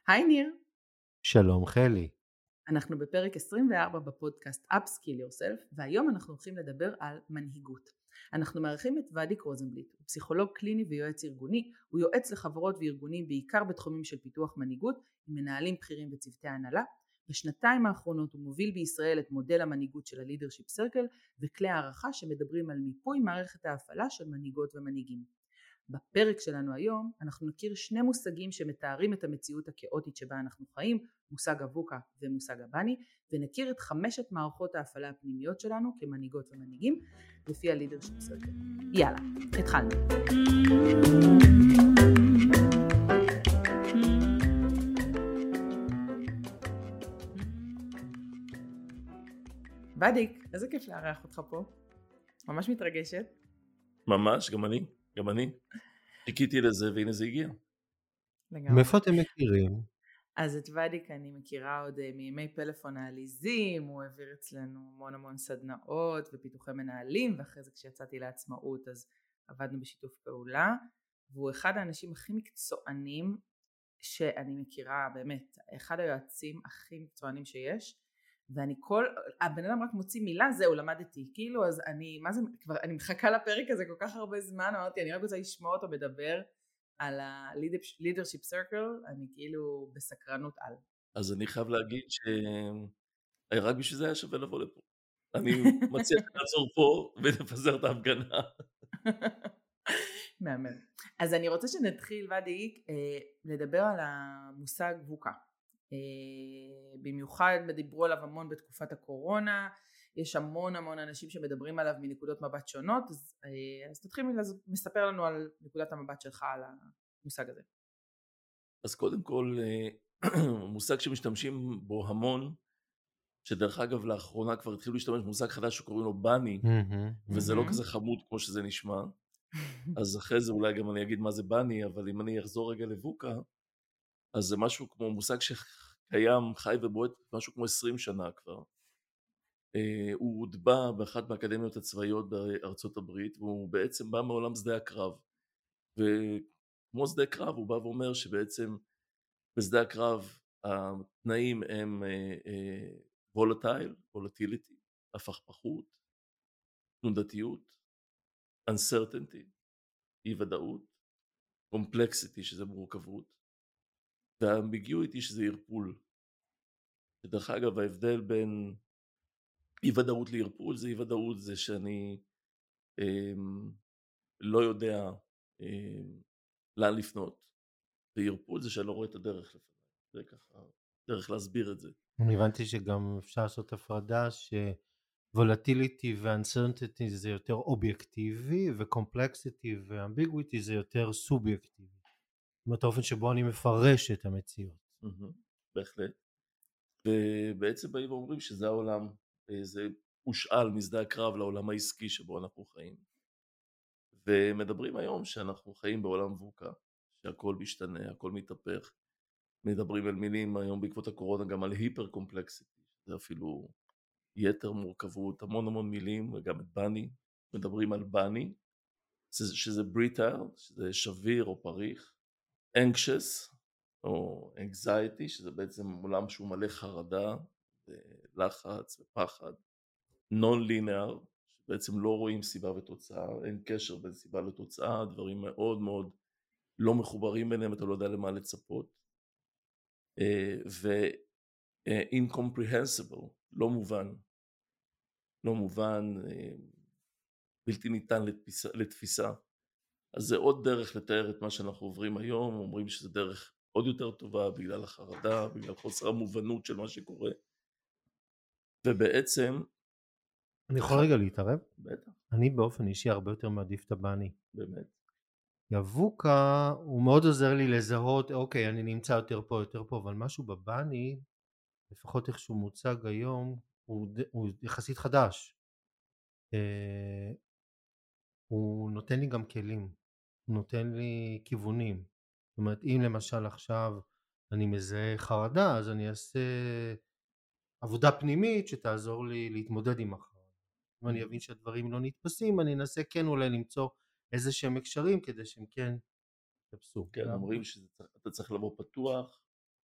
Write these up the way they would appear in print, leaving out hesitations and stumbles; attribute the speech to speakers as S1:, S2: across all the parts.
S1: היי ניר,
S2: שלום חלי.
S1: אנחנו בפרק 24 בפודקאסט Upskill Yourself, והיום אנחנו הולכים לדבר על מנהיגות. אנחנו מארחים את ודיק רוזנבליט, הוא פסיכולוג קליני ויועץ ארגוני, הוא יועץ לחברות וארגונים בעיקר בתחומים של פיתוח מנהיגות, עם מנהלים בכירים וצוותי הנהלה. בשנתיים האחרונות הוא מוביל בישראל את מודל המנהיגות של ה-Leadership Circle וכלי הערכה שמדברים על מיפוי מערכת ההפעלה של מנהיגות ומנהיגים. בפרק שלנו היום אנחנו נכיר שני מושגים שמתארים את המציאות הכאוטית שבה אנחנו חיים, מושג אבוקה ומושג הבני, ונכיר את 5 מערכות ההפעלה הפנימיות שלנו כמנהיגות ומנהיגים לפי ה-Leadership Circle. יאללה, התחלנו. ודיק, איזה כיף לארח אותך פה. ממש מתרגשת.
S3: ממש, גם אני. חיכיתי לזה והנה זה הגיע.
S2: מאיפה אתם מכירים?
S1: אז את ודיק אני מכירה עוד מימי פלאפון העליזים, הוא העביר אצלנו המון סדנאות ופיתוחי מנהלים, ואחרי זה כשיצאתי לעצמאות אז עבדנו בשיתוף פעולה, והוא אחד האנשים הכי מקצוענים שאני מכירה, באמת, אחד היועצים הכי מקצוענים שיש, ואני הבן אדם רק מוציא מילה, זהו, למדתי, כאילו, אז אני מחכה לפרק הזה כל כך הרבה זמן, אמרתי, אני רק רוצה לשמוע אותו מדבר, על ה-Leadership Circle, אני כאילו בסקרנות על.
S3: אז אני חייב להגיד שרק בשביל זה היה שווה לבוא לפה. אני מציע לעצור פה ונפזר את ההפגנה.
S1: מאמן. אז אני רוצה שנתחיל, ודיק, לדבר על המושג ווקה. במיוחד דיברו עליו המון בתקופת הקורונה, יש המון אנשים שמדברים עליו מנקודות מבט שונות, אז תתחיל מספר לנו על נקודת המבט שלך על המושג הזה.
S3: אז קודם כל, מושג שמשתמשים בו המון, שדרך אגב לאחרונה כבר התחילו להשתמש במושג חדש שקוראים לו בני, וזה לא כזה חמוד כמו שזה נשמע, אז אחרי זה אולי גם אני אגיד מה זה בני, אבל אם אני אחזור רגע לבוקה, אז זה משהו כמו מושג שקיים, חי ובועט, משהו כמו 20 שנה כבר. הוא הוטבע באחת מהאקדמיות הצבאיות בארצות הברית, והוא בעצם בא מעולם שדה הקרב, וכמו שדה קרב הוא בא ואומר שבעצם בשדה הקרב התנאים הם volatility, הפכפכות, תנודתיות, uncertainty, אי ודאות, complexity שזה מורכבות, והambiguity שזה ערפול. שדרך אגב ההבדל בין אי ודאות לערפול, זה אי ודאות זה שאני לא יודע לאן לפנות, וערפול זה שאני לא רואה את הדרך לפני. זה ככה דרך להסביר את זה.
S2: אני הבנתי שגם אפשר לעשות הפרדה שוולטיליטי ואנסרטינטי זה יותר אובייקטיבי, וקומפלקסיטי ואמביגוויטי זה יותר סובייקטיבי. זאת אומרת האופן שבו אני מפרש את המציאות.
S3: בהחלט. ובעצם באים ואומרים שזה העולם, זה הושאל משדה הקרב לעולם העסקי שבו אנחנו חיים. ומדברים היום שאנחנו חיים בעולם ווקה, שהכל משתנה, הכל מתהפך. מדברים על מילים היום בעקבות הקורונה גם על היפר קומפלקסיטי, זה אפילו יתר מורכבות, המון מילים, וגם את בני, מדברים על בני, שזה בריטל, שזה שביר או פריך, anxious או anxiety, שזה בעצם עולם שהוא מלא חרדה, ולחץ ופחד, non-linear, שבעצם לא רואים סיבה ותוצאה, אין קשר בין סיבה לתוצאה, דברים מאוד לא מחוברים ביניהם, אתה לא יודע למה לצפות, ו-incomprehensible, לא מובן, בלתי ניתן לתפיסה. אז זה עוד דרך לתאר את מה שאנחנו עוברים היום, אומרים שזה דרך עוד יותר טובה בגלל החרדה, בגלל חוסר המובנות של מה שקורה. ובעצם
S2: אני יכול רגע להתערב?
S3: בטח.
S2: אני באופן אישי הרבה יותר מעדיף את הבני.
S3: באמת.
S2: יבוקה הוא מאוד עוזר לי לזהות, אוקיי, אני נמצא יותר פה, אבל משהו בבני, לפחות איך שהוא מוצג היום, הוא יחסית חדש. הוא נותן לי גם כלים, הוא נותן לי כיוונים. זאת אומרת, אם למשל עכשיו אני מזהה חרדה, אז אני אעשה עבודה פנימית שתעזור לי להתמודד עם החרדה. אם אני אבין שהדברים לא נתפסים, אני אנסה כן אולי למצוא איזה שהם הקשרים כדי שהם כן יתפסו.
S3: כן, אומרים שאתה צריך לבוא פתוח,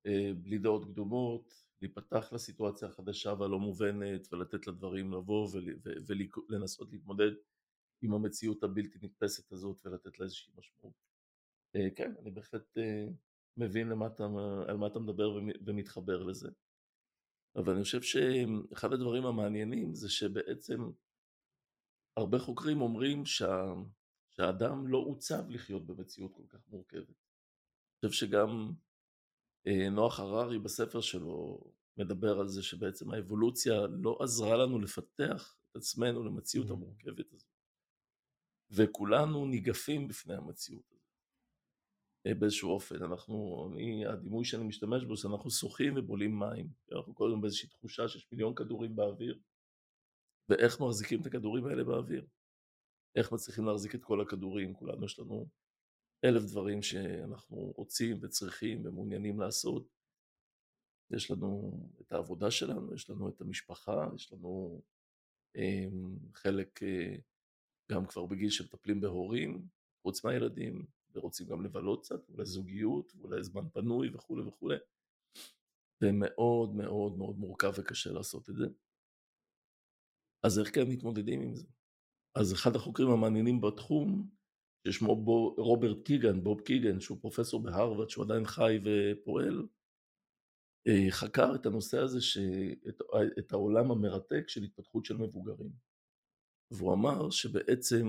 S3: בלי דעות קדומות, להיפתח לסיטואציה החדשה והלא מובנת, ולתת לדברים לבוא ולנסות להתמודד עם המציאות הבלתי נתפסת הזאת ולתת לה איזושהי משמעות. כן, אני בהחלט מבין על מה אתה מדבר ומתחבר לזה. אבל אני חושב שאחד הדברים המעניינים זה שבעצם הרבה חוקרים אומרים שהאדם לא עוצב לחיות במציאות כל כך מורכבת. אני חושב שגם נוח הררי בספר שלו מדבר על זה שבעצם האבולוציה לא עזרה לנו לפתח את עצמנו למציאות המורכבת הזאת. וכולנו ניגפים בפני המציאות הזאת. באיזשהו אופן, הדימוי שאני משתמש בו, שאנחנו שוחים ובולים מים. אנחנו קודם באיזושהי תחושה שיש מיליון כדורים באוויר, ואיך מחזיקים את הכדורים האלה באוויר? איך מצליחים להחזיק את כל הכדורים? כולנו יש לנו 1000 דברים שאנחנו רוצים וצריכים ומעוניינים לעשות. יש לנו את העבודה שלנו, יש לנו את המשפחה, יש לנו חלק גם כבר בגיל שמטפלים בהורים, חוץ מהילדים, ורוצים גם לבלות קצת, אולי זוגיות, אולי זמן פנוי וכו' וכו'. זה מאוד מאוד מאוד מורכב וקשה לעשות את זה. אז איך כן מתמודדים עם זה? אז אחד החוקרים המעניינים בתחום, ששמו בוב קיגן, שהוא פרופסור בהרווארד, שהוא עדיין חי ופועל, חקר את הנושא הזה, את העולם המרתק של התפתחות של מבוגרים. והוא אמר שבעצם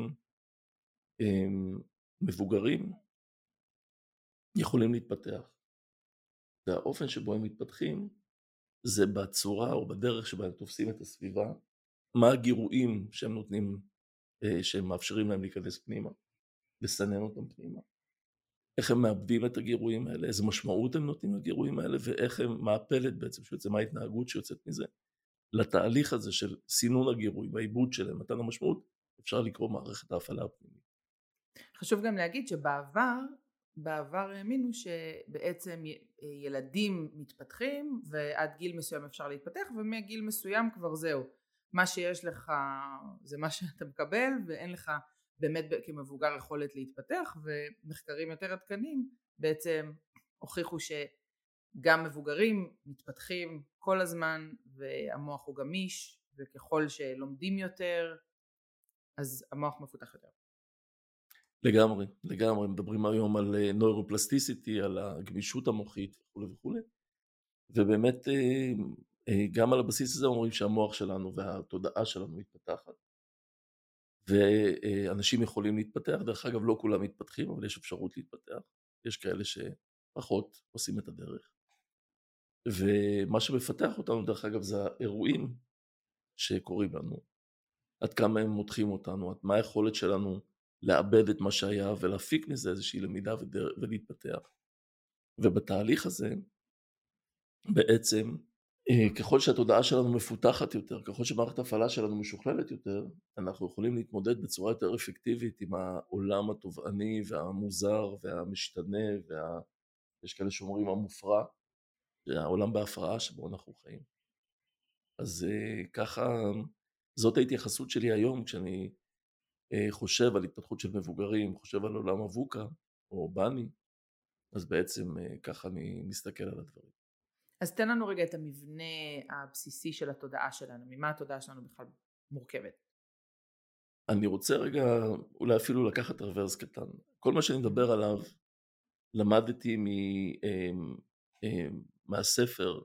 S3: מבוגרים יכולים להתפתח. והאופן שבו הם מתפתחים זה בצורה או בדרך שבה הם תופסים את הסביבה, מה הגירויים שהם נותנים, שהם מאפשרים להם להיכנס פנימה, לסנן אותם פנימה. איך הם מאבדים את הגירויים האלה, איזה משמעות הם נותנים לגירויים האלה, ואיך הם, מה הפלט בעצם שיוצא, מה ההתנהגות שיוצאת מזה. לתהליך הזה של סינון הגירויים, העיבוד שלהם, מתן המשמעות, אפשר לקרוא מערכת ההפעלה הפנימית.
S1: חשוב גם להגיד שבעבר האמינו שבעצם ילדים מתפתחים ועד גיל מסוים אפשר להתפתח, ומגיל מסוים כבר זהו. מה שיש לך זה מה שאתה מקבל, ואין לך באמת כמבוגר יכולת להתפתח, ומחקרים יותר עדכניים בעצם הוכיחו שגם מבוגרים מתפתחים כל הזמן, והמוח הוא גמיש, וככל שלומדים יותר אז המוח מפותח יותר.
S3: לגמרי, מדברים היום על נוירופלסטיסיטי, על הגמישות המוחית וכו' וכו'. ובאמת גם על הבסיס הזה אומרים שהמוח שלנו והתודעה שלנו מתפתחת. ואנשים יכולים להתפתח, דרך אגב לא כולם מתפתחים, אבל יש אפשרות להתפתח. יש כאלה שפחות עושים את הדרך. ומה שמפתח אותנו דרך אגב זה האירועים שקורים לנו. עד כמה הם מותחים אותנו, עד מה היכולת שלנו לאבד את מה שהיה ולהפיק מזה איזושהי למידה ולהתפתח. ובתהליך הזה בעצם ככל שהתודעה שלנו מפותחת יותר, ככל שמערכת ההפעלה שלנו משוכללת יותר, אנחנו יכולים להתמודד בצורה יותר אפקטיבית עם העולם התובעני והמוזר והמשתנה, יש כאלה שאומרים המופרע, העולם בהפרעה שבו אנחנו חיים. אז ככה, זאת ההתייחסות שלי היום כשאני חושב על התפתחות של מבוגרים, חושב על עולם אבוקה או בני, אז בעצם ככה אני מסתכל על הדברים.
S1: אז תן לנו רגע את המבנה הבסיסי של התודעה שלנו, ממה התודעה שלנו בכלל מורכבת.
S3: אני רוצה רגע אולי אפילו לקחת רוורס קטן. כל מה שאני מדבר עליו למדתי מהספר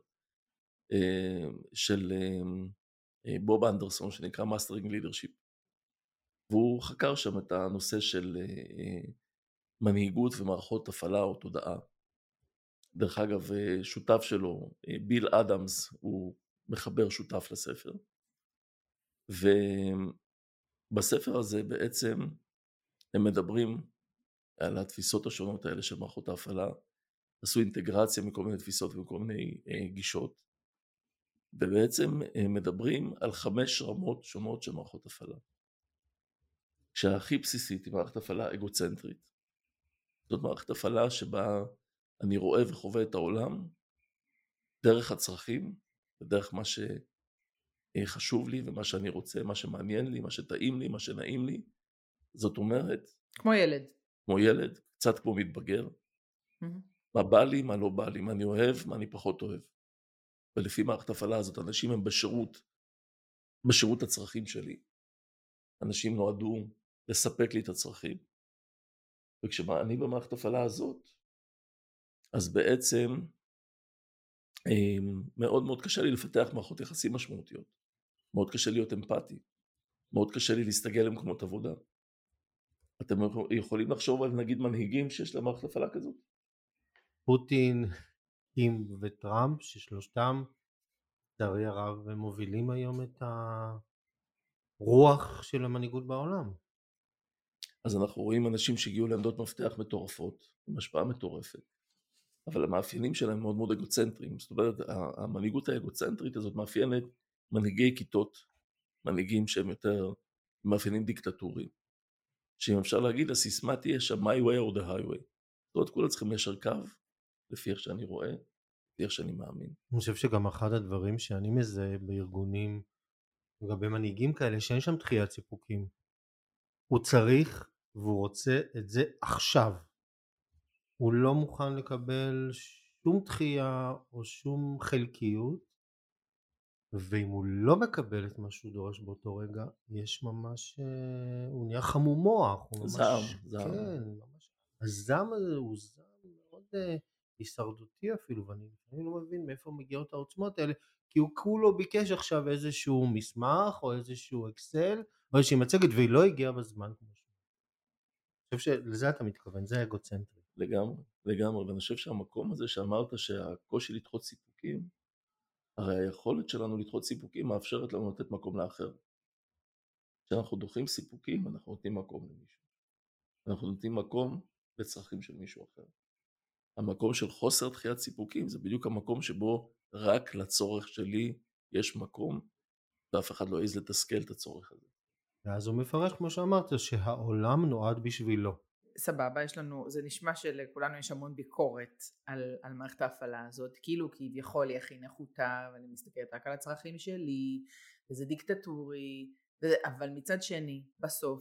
S3: של בוב אנדרסון שנקרא Mastering Leadership. והוא חקר שם את הנושא של מנהיגות ומערכות הפעלה או תודעה. דרך אגב, שותף שלו, ביל אדמס, הוא מחבר שותף לספר. ובספר הזה בעצם הם מדברים על התפיסות השונות האלה של מערכות ההפעלה, עשו אינטגרציה מכל מיני תפיסות ומכל מיני גישות, ובעצם הם מדברים על 5 רמות שונות של מערכות הפעלה. כשהכי בסיסית היא מערכת הפעלה אגוצנטרית. זאת מערכת הפעלה שבה אני רואה וחווה את העולם דרך הצרכים, ודרך מה שחשוב לי ומה שאני רוצה, מה שמעניין לי, מה שטעים לי, מה שנעים לי. זאת אומרת...
S1: כמו ילד.
S3: כמו ילד, קצת כמו מתבגר. מה בא לי, מה לא בא לי, מה אני אוהב, מה אני פחות אוהב. ולפי מערכת ההפעלה הזאת, אנשים הם בשירות הצרכים שלי. אנשים נועדו לספק לי את הצרכים. וכשאני במערכת ההפעלה הזאת, אז בעצם מאוד מאוד קשה לי לפתח מערכות יחסים משמעותיות. מאוד קשה להיות אמפתי. מאוד קשה לי להסתגל למקומות עבודה. אתם יכולים לחשוב על נגיד מנהיגים שיש להם מערכת הפעלה כזאת?
S2: פוטין, קים וטראמפ, ששלושתם לצערי הרב הם מובילים היום את הרוח של המנהיגות בעולם.
S3: אז אנחנו רואים אנשים שהגיעו לעמדות מפתח מטורפות, עם השפעה מטורפת, אבל המאפיינים שלהם מאוד מאוד אגוצנטריים. זאת אומרת, המנהיגות האגוצנטרית הזאת מאפיינת מנהיגי כיתות, מנהיגים שהם יותר מאפיינים דיקטטוריים, שאם אפשר להגיד, הסיסמה תהיה שם my way or the highway. זאת אומרת, כולם צריכים ליישר קו, לפי איך שאני רואה, לפי איך שאני מאמין.
S2: אני חושב שגם אחד הדברים שאני מזהה בארגונים לגבי מנהיגים כאלה, שאין שם דחיית סיפוקים. הוא צריך והוא רוצה את זה עכשיו. הוא לא מוכן לקבל שום דחייה או שום חלקיות, ואם הוא לא מקבל את מה שהוא דורש באותו רגע, יש ממש, הוא נהיה חמום מוח, הוא ממש,
S3: זעם.
S2: כן, ממש, הזעם הזה הוא זעם מאוד הישרדותי אפילו, ואני לא מבין מאיפה מגיעות העוצמות האלה, כי הוא כולו ביקש עכשיו איזשהו מסמך או איזשהו אקסל או איזושהי מצגת והיא לא הגיעה בזמן כמו שהוא. אני חושב שלזה אתה מתכוון, זה אגוצנטרי.
S3: לגמרי, ואני חושב שהמקום הזה שאמרת שהקושי לדחות סיפוקים, הרי היכולת שלנו לדחות סיפוקים מאפשרת לנו לתת מקום לאחר. כשאנחנו דוחים סיפוקים, אנחנו נותנים מקום למישהו. אנחנו נותנים מקום לצרכים של מישהו אחר. המקום של חוסר דחיית סיפוקים זה בדיוק המקום שבו רק לצורך שלי יש מקום, ואף אחד לא יעז לתסכל את הצורך הזה.
S2: ואז הוא מפרש כמו שאמרת שהעולם נועד בשבילו.
S1: סבבה, יש לנו, זה נשמע שלכולנו יש המון ביקורת על מערכת ההפעלה הזאת, כאילו כביכול היא הכי נחותה ואני מסתכלת רק על הצרכים שלי וזה דיקטטורי, אבל מצד שני בסוף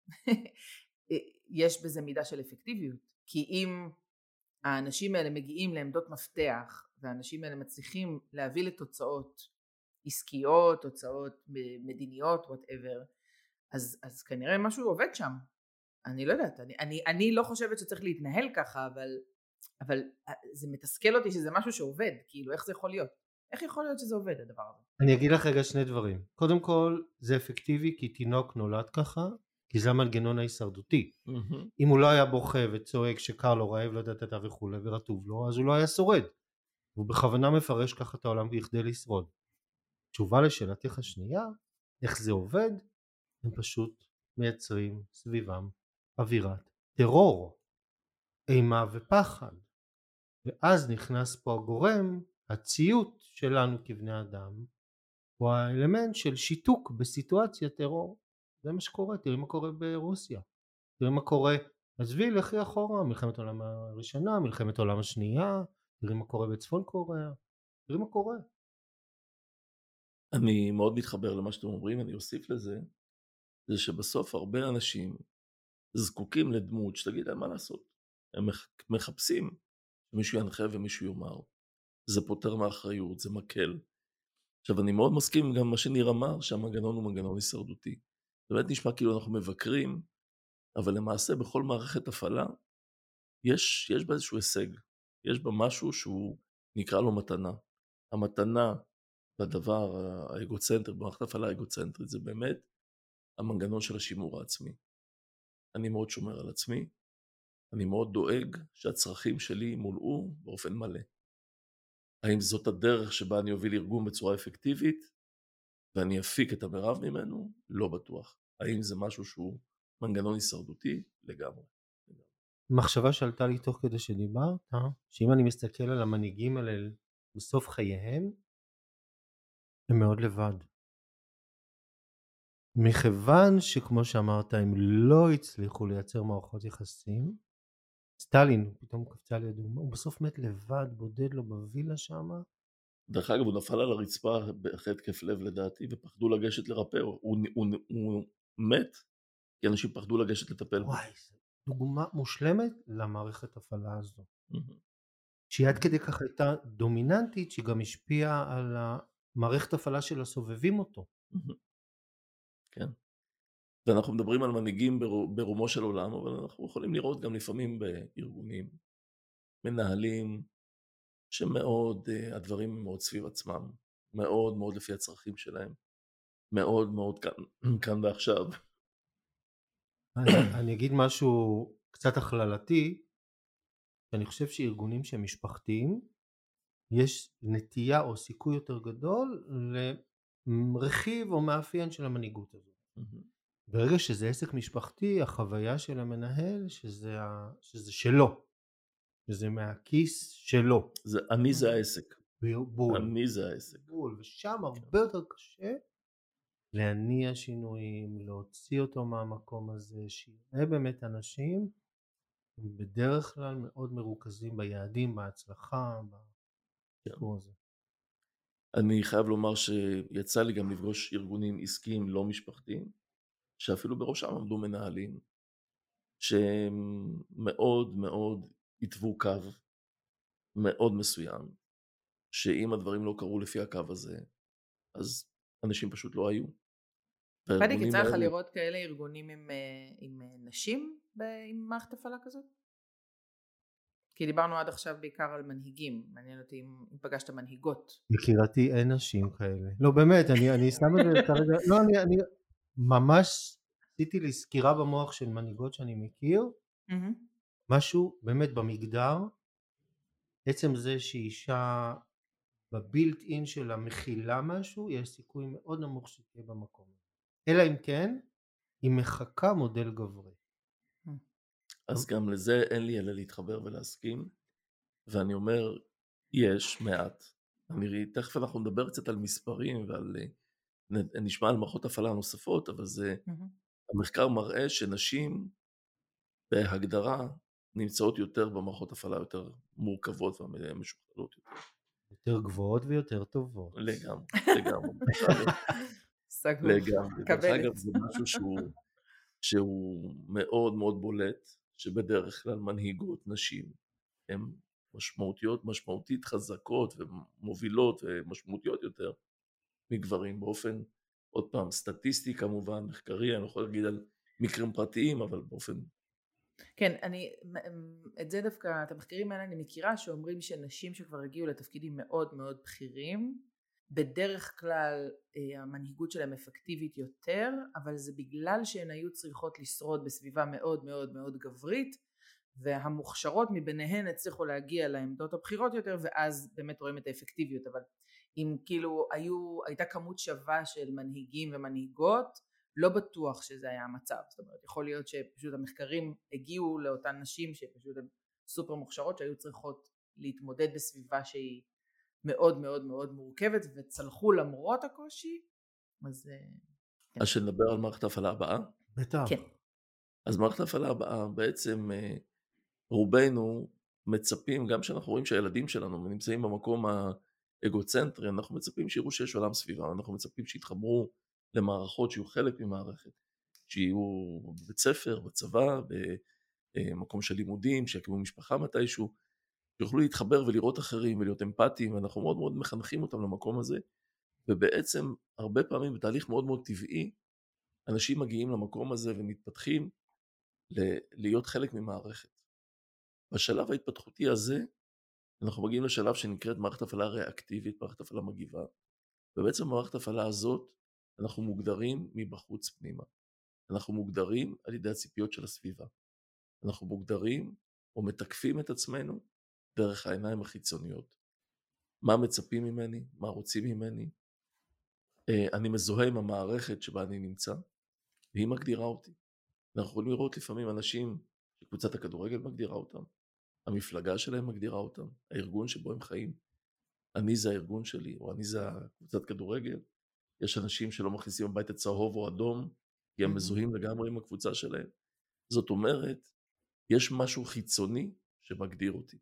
S1: יש בזה מידה של אפקטיביות, כי אם האנשים האלה מגיעים לעמדות מפתח והאנשים האלה מצליחים להביא לתוצאות עסקיות, תוצאות מדיניות, whatever, אז כנראה משהו עובד שם. אני לא יודעת, אני לא חושבת שצריך להתנהל ככה, אבל זה מתסכל אותי שזה משהו שעובד, כאילו איך זה יכול להיות? איך יכול להיות שזה עובד הדבר הזה?
S2: אני אגיד לך רגע שני דברים. קודם כל זה אפקטיבי כי תינוק נולד ככה, כי זה המנגנון ההישרדותי. אם הוא לא היה בוכה וצועק שקר לו, רעב, לא יודעת אתה וכו' ורטוב לו, אז הוא לא היה שורד. הוא בכוונה מפרש ככה את העולם בכדי לשרוד. תשובה לשאלתך השנייה, איך זה עובד? הם פשוט מייצרים סביבם אווירת טרור, אימה ופחד. ואז נכנס פה הגורם, הציות שלנו כבני אדם, הוא האלמנט של שיתוק בסיטואציית טרור. זה מה שקורה, תראי מה קורה ברוסיה, תראי מה קורה, עזבי לכי אחורה, מלחמת העולם הראשונה, מלחמת העולם השנייה, תראי מה קורה בצפון קוריאה, תראי מה קורה.
S3: אני מאוד מתחבר למה שאתם אומרים, אני אוסיף לזה, זה שבסוף הרבה אנשים זקוקים לדמות שתגיד להם מה לעשות. הם מחפשים שמישהו ינחה ומישהו יאמר. זה פותר מאחריות, זה מקל. עכשיו אני מאוד מסכים גם מה שניר אמר, שהמנגנון הוא מנגנון הישרדותי. זה באמת נשמע כאילו אנחנו מבקרים, אבל למעשה בכל מערכת הפעלה יש בה איזשהו הישג. יש בה משהו שהוא נקרא לו מתנה. המתנה בדבר האגוצנטרי, במערכת ההפעלה האגוצנטרית, זה באמת המנגנון של השימור העצמי. אני מאוד שומר על עצמי, אני מאוד דואג שהצרכים שלי מולאו באופן מלא. האם זאת הדרך שבה אני אוביל ארגון בצורה אפקטיבית, ואני אפיק את המרב ממנו? לא בטוח. האם זה משהו שהוא מנגנון הישרדותי? לגמרי.
S2: מחשבה שעלתה לי תוך כדי שדיברת, שאם אני מסתכל על המנהיגים האלה בסוף חייהם, הם מאוד לבד. מכיוון שכמו שאמרת, הם לא הצליחו לייצר מערכות יחסים, סטלין פתאום קפצה לידו, הוא בסוף מת לבד, בודד לו בווילה שם.
S3: דרך אגב, הוא נפל על הרצפה אחרי התקף לב לדעתי, ופחדו לגשת לרפא, הוא מת, כי אנשים פחדו לגשת לטפל בו.
S2: וואי, דוגמה מושלמת למערכת הפעלה הזו. שהיא עד כדי כך הייתה דומיננטית, שהיא גם השפיעה על המערכת הפעלה של הסובבים אותו.
S3: כן. ואנחנו מדברים על מנהיגים ברומו של עולם, אבל אנחנו יכולים לראות גם לפעמים בארגונים, מנהלים, שמאוד, הדברים מאוד סביב עצמם, מאוד מאוד לפי הצרכים שלהם, מאוד מאוד כאן ועכשיו.
S2: אני אגיד משהו קצת הכללתי, שאני חושב שארגונים שהם משפחתיים, יש נטייה או סיכוי יותר גדול לרכיב או מאפיין של המנהיגות הזאת. ברגע שזה עסק משפחתי, החוויה של המנהל שזה שלו, שזה מהכיס שלו.
S3: אני זה העסק.
S2: בול.
S3: אני זה העסק.
S2: בול, ושם הרבה יותר קשה להניע שינויים, להוציא אותו מהמקום הזה, שיראה באמת אנשים בדרך כלל מאוד מרוכזים ביעדים, בהצלחה, בסיפור הזה.
S3: אני חייב לומר שיצא לי גם לפגוש ארגונים עסקיים לא משפחתיים, שאפילו בראשם עמדו מנהלים, שהם מאוד מאוד התוו קו מאוד מסוים, שאם הדברים לא קרו לפי הקו הזה, אז אנשים פשוט לא היו.
S1: פדיק, יצא לך לראות כאלה ארגונים עם נשים עם מערכת הפעלה כזאת? כי דיברנו עד עכשיו בעיקר על מנהיגים, מעניין אותי אם פגשת מנהיגות.
S2: יקירתי, אין נשים כאלה. לא, באמת, אני שם את זה כרגע, לא, אני ממש עשיתי לי סקירה במוח של מנהיגות שאני מכיר, משהו באמת במגדר, עצם זה שאישה בבילט אין שלה מכילה משהו, יש סיכוי מאוד נמוך שתהיה במקום. אלא אם כן, היא מחכה מודל גברי.
S3: אז גם לזה אין לי אלא להתחבר ולהסכים, ואני אומר, יש מעט. תכף אנחנו נדבר קצת על מספרים נשמע על מערכות הפעלה נוספות, אבל המחקר מראה שנשים בהגדרה נמצאות יותר במערכות הפעלה יותר מורכבות ומשוכללות יותר.
S2: יותר גבוהות ויותר טובות.
S3: לגמרי. לגמרי. דרך אגב, זה משהו שהוא מאוד מאוד בולט, שבדרך כלל מנהיגות נשים הן משמעותית חזקות ומובילות ומשמעותיות יותר מגברים באופן, עוד פעם, סטטיסטי כמובן, מחקרי, אני לא יכול להגיד על מקרים פרטיים, אבל באופן...
S1: כן, את זה דווקא, את המחקרים האלה אני מכירה, שאומרים שנשים שכבר הגיעו לתפקידים מאוד מאוד בכירים, בדרך כלל המנהיגות שלהם אפקטיבית יותר, אבל זה בגלל שהן היו צריכות לשרוד בסביבה מאוד מאוד מאוד גברית, והמוכשרות מביניהן הצליחו להגיע לעמדות הבכירות יותר, ואז באמת רואים את האפקטיביות. אבל אם כאילו הייתה כמות שווה של מנהיגים ומנהיגות, לא בטוח שזה היה המצב. זאת אומרת, יכול להיות שפשוט המחקרים הגיעו לאותן נשים שפשוט הן סופר מוכשרות, שהיו צריכות להתמודד בסביבה שהיא מאוד מאוד מאוד מורכבת, וצלחו למרות הקושי. אז
S3: אז שנדבר על מערכת ההפעלה הבאה?
S2: בטח.
S1: כן.
S3: אז מערכת ההפעלה הבאה, בעצם רובנו מצפים, גם שאנחנו רואים שהילדים שלנו נמצאים במקום האגוצנטרי, אנחנו מצפים שיראו שיש עולם סביבה, אנחנו מצפים שיתחברו למערכות שיהיו חלק ממערכת, שיהיו בבית ספר, בצבא, במקום של לימודים, שיקימו משפחה מתישהו, שיוכלו להתחבר ולראות אחרים ולהיות אמפתיים, ואנחנו מאוד מאוד מחנכים אותם למקום הזה, ובעצם הרבה פעמים בתהליך מאוד מאוד טבעי, אנשים מגיעים למקום הזה ומתפתחים להיות חלק ממערכת. בשלב ההתפתחותי הזה, אנחנו מגיעים לשלב שנקראת מערכת הפעלה ריאקטיבית, מערכת הפעלה מגיבה, ובעצם במערכת הפעלה הזאת, אנחנו מוגדרים מבחוץ פנימה. אנחנו מוגדרים על ידי הציפיות של הסביבה. אנחנו מוגדרים או מתקפים את עצמנו דרך העיניים החיצוניות. מה מצפים ממני? מה רוצים ממני? אני מזוהה עם המערכת שבה אני נמצא, והיא מגדירה אותי. אנחנו יכולים לראות לפעמים אנשים שקבוצת הכדורגל מגדירה אותם, המפלגה שלהם מגדירה אותם, הארגון שבו הם חיים. אני זה הארגון שלי, או אני זה קבוצת כדורגל. יש אנשים שלא מכניסים הביתה צהוב או אדום, כי הם מזוהים לגמרי עם הקבוצה שלהם. זאת אומרת, יש משהו חיצוני שמגדיר אותי.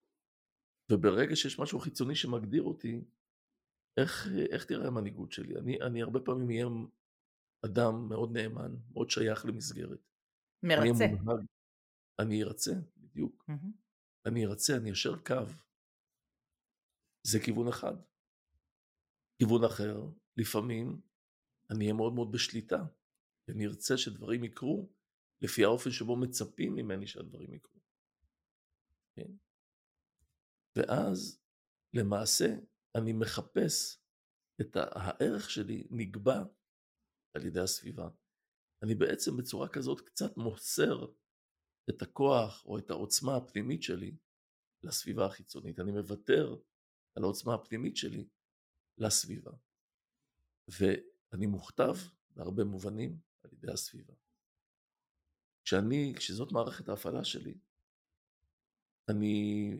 S3: וברגע שיש משהו חיצוני שמגדיר אותי, איך תראה המנהיגות שלי? אני הרבה פעמים אהיה אדם מאוד נאמן, מאוד שייך למסגרת.
S1: מרצה.
S3: אני ארצה, בדיוק. אני ארצה, אני אשר קו. זה כיוון אחד. כיוון אחר, לפעמים אני אהיה מאוד מאוד בשליטה, ואני ארצה שדברים יקרו לפי האופן שבו מצפים ממני שהדברים יקרו. כן? ואז למעשה אני מחפש את הערך שלי נקבע על ידי הסביבה. אני בעצם בצורה כזאת קצת מוסר את הכוח או את העוצמה הפנימית שלי לסביבה החיצונית. אני מוותר על העוצמה הפנימית שלי לסביבה. ואני מוכתב בהרבה מובנים על ידי הסביבה. כשזאת מערכת ההפעלה שלי, אני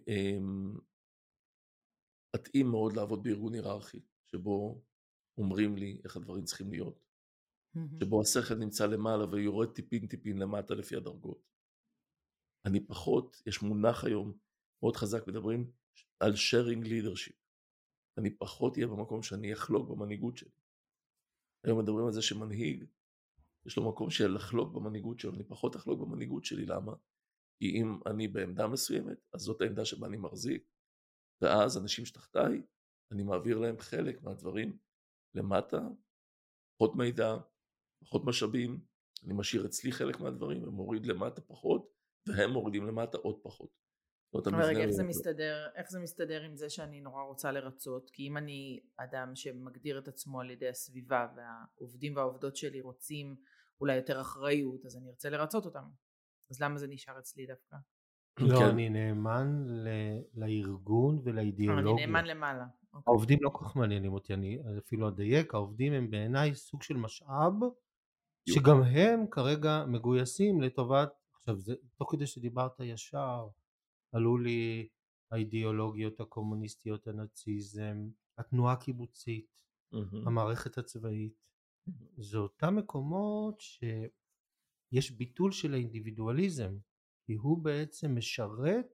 S3: אתאים מאוד לעבוד בארגון היררכי, שבו אומרים לי איך הדברים צריכים להיות, שבו השכל נמצא למעלה ויורד טיפין למטה לפי הדרגות. אני פחות, יש מונח היום מאוד חזק, מדברים על sharing leadership. אני פחות אהיה במקום שאני אחלוק במנהיגות שלי. היום מדברים על זה שמנהיג, יש לו מקום של לחלוק במנהיגות שלו, אני פחות אחלוק במנהיגות שלי, למה? כי אם אני בעמדה מסוימת, אז זאת העמדה שבה אני מחזיק, ואז אנשים שתחתיי, אני מעביר להם חלק מהדברים למטה, פחות מידע, פחות משאבים, אני משאיר אצלי חלק מהדברים, ומוריד למטה פחות, והם מורידים למטה עוד פחות.
S1: אבל רגע, איך זה מסתדר עם זה שאני נורא רוצה לרצות? כי אם אני אדם שמגדיר את עצמו על ידי הסביבה, והעובדים והעובדות שלי רוצים אולי יותר אחריות, אז אני ארצה לרצות אותם. אז למה זה נשאר אצלי דווקא?
S2: לא, אני נאמן לארגון ולאידיאולוגיה.
S1: אני נאמן למעלה.
S2: העובדים לא כל כך מעניינים אותי, אני אפילו אדייק, העובדים הם בעיניי סוג של משאב, שגם הם כרגע מגויסים לטובת, עכשיו זה, תוך כדי שדיברת ישר, עלו לי האידיאולוגיות הקומוניסטיות, הנאציזם, התנועה הקיבוצית, המערכת הצבאית, זה אותם מקומות שיש ביטול של האינדיבידואליזם, כי הוא בעצם משרת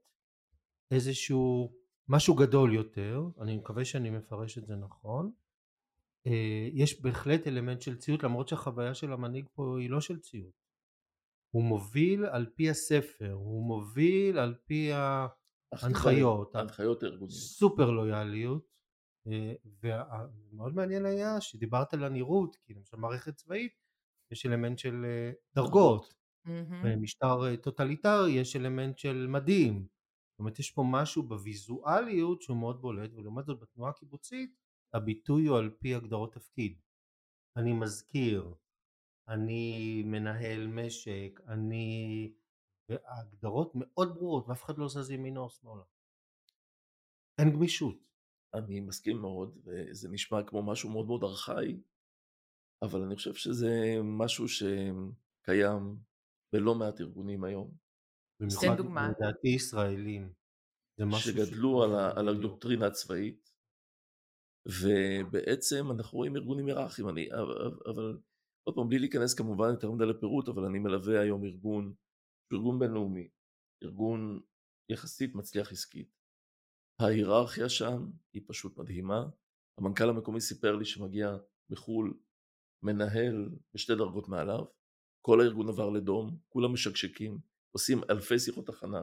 S2: איזשהו משהו גדול יותר, אני מקווה שאני מפרש את זה נכון, יש בהחלט אלמנט של ציות, למרות שהחוויה של המנהיג פה היא לא של ציות, הוא מוביל על פי הספר, הוא מוביל על פי ההנחיות,
S3: ההנחיות הארגוניות,
S2: סופר לויאליות, ומאוד מעניין היה שדיברת על הנראות, כי למשל מערכת צבאית יש אלמנט של דרגות, במשטר טוטליטרי יש אלמנט של מדים, זאת אומרת יש פה משהו בוויזואליות שהוא מאוד בולט, ולעומת זאת בתנועה הקיבוצית הביטוי הוא על פי הגדרות תפקיד, אני מזכיר, אני מנהל משק, וההגדרות מאוד ברורות ואף אחד לא זז ימינה או שמאלה, אין גמישות.
S3: אני מסכים מאוד, וזה נשמע כמו משהו מאוד מאוד ארכאי, אבל אני חושב שזה משהו שקיים בלא מעט ארגונים היום.
S1: תן דוגמה.
S2: לדעתי ישראלים.
S3: שגדלו על הדוקטרינה הצבאית, ובעצם אנחנו רואים ארגונים היררכיים, אבל עוד פעם, בלי להיכנס כמובן יותר מדי לפירוט, אבל אני מלווה היום ארגון בינלאומי, ארגון יחסית מצליח עסקית. ההיררכיה שם היא פשוט מדהימה. המנכ"ל המקומי סיפר לי שמגיע מחול מנהל בשתי דרגות מעליו, כל הארגון עבר לדום, כולם משקשקים, עושים אלפי שיחות הכנה,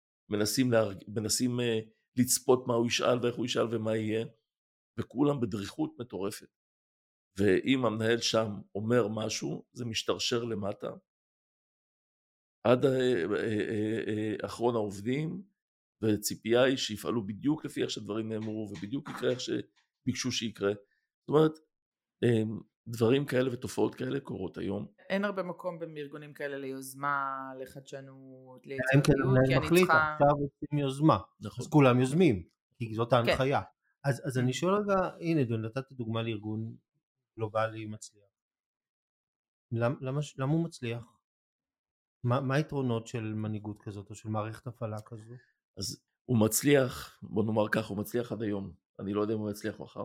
S3: מנסים לצפות מה הוא ישאל ואיך הוא ישאל ומה יהיה, וכולם בדריכות מטורפת. ואם המנהל שם אומר משהו, זה משתרשר למטה, עד אחרון העובדים, וציפייה היא שיפעלו בדיוק לפי איך שדברים נאמרו, ובדיוק יקרה איך שביקשו שיקרה. זאת אומרת, דברים כאלה ותופעות כאלה קורות היום.
S1: אין הרבה מקום בארגונים כאלה ליוזמה, לחדשנות,
S2: ליצירתיות, כי אני צריכה... עכשיו עושים יוזמה,
S3: נכון.
S2: אז כולם יוזמים, כי זאת ההנחיה. אז אני שואל רגע, הנה, נתת דוגמה לארגון גלובלי מצליח. למה הוא מצליח? מה היתרונות של מנהיגות כזאת, או של מערכת הפעלה כזו?
S3: אז הוא מצליח, בוא נאמר כך, הוא מצליח עד היום. אני לא יודע אם הוא יצליח מחר.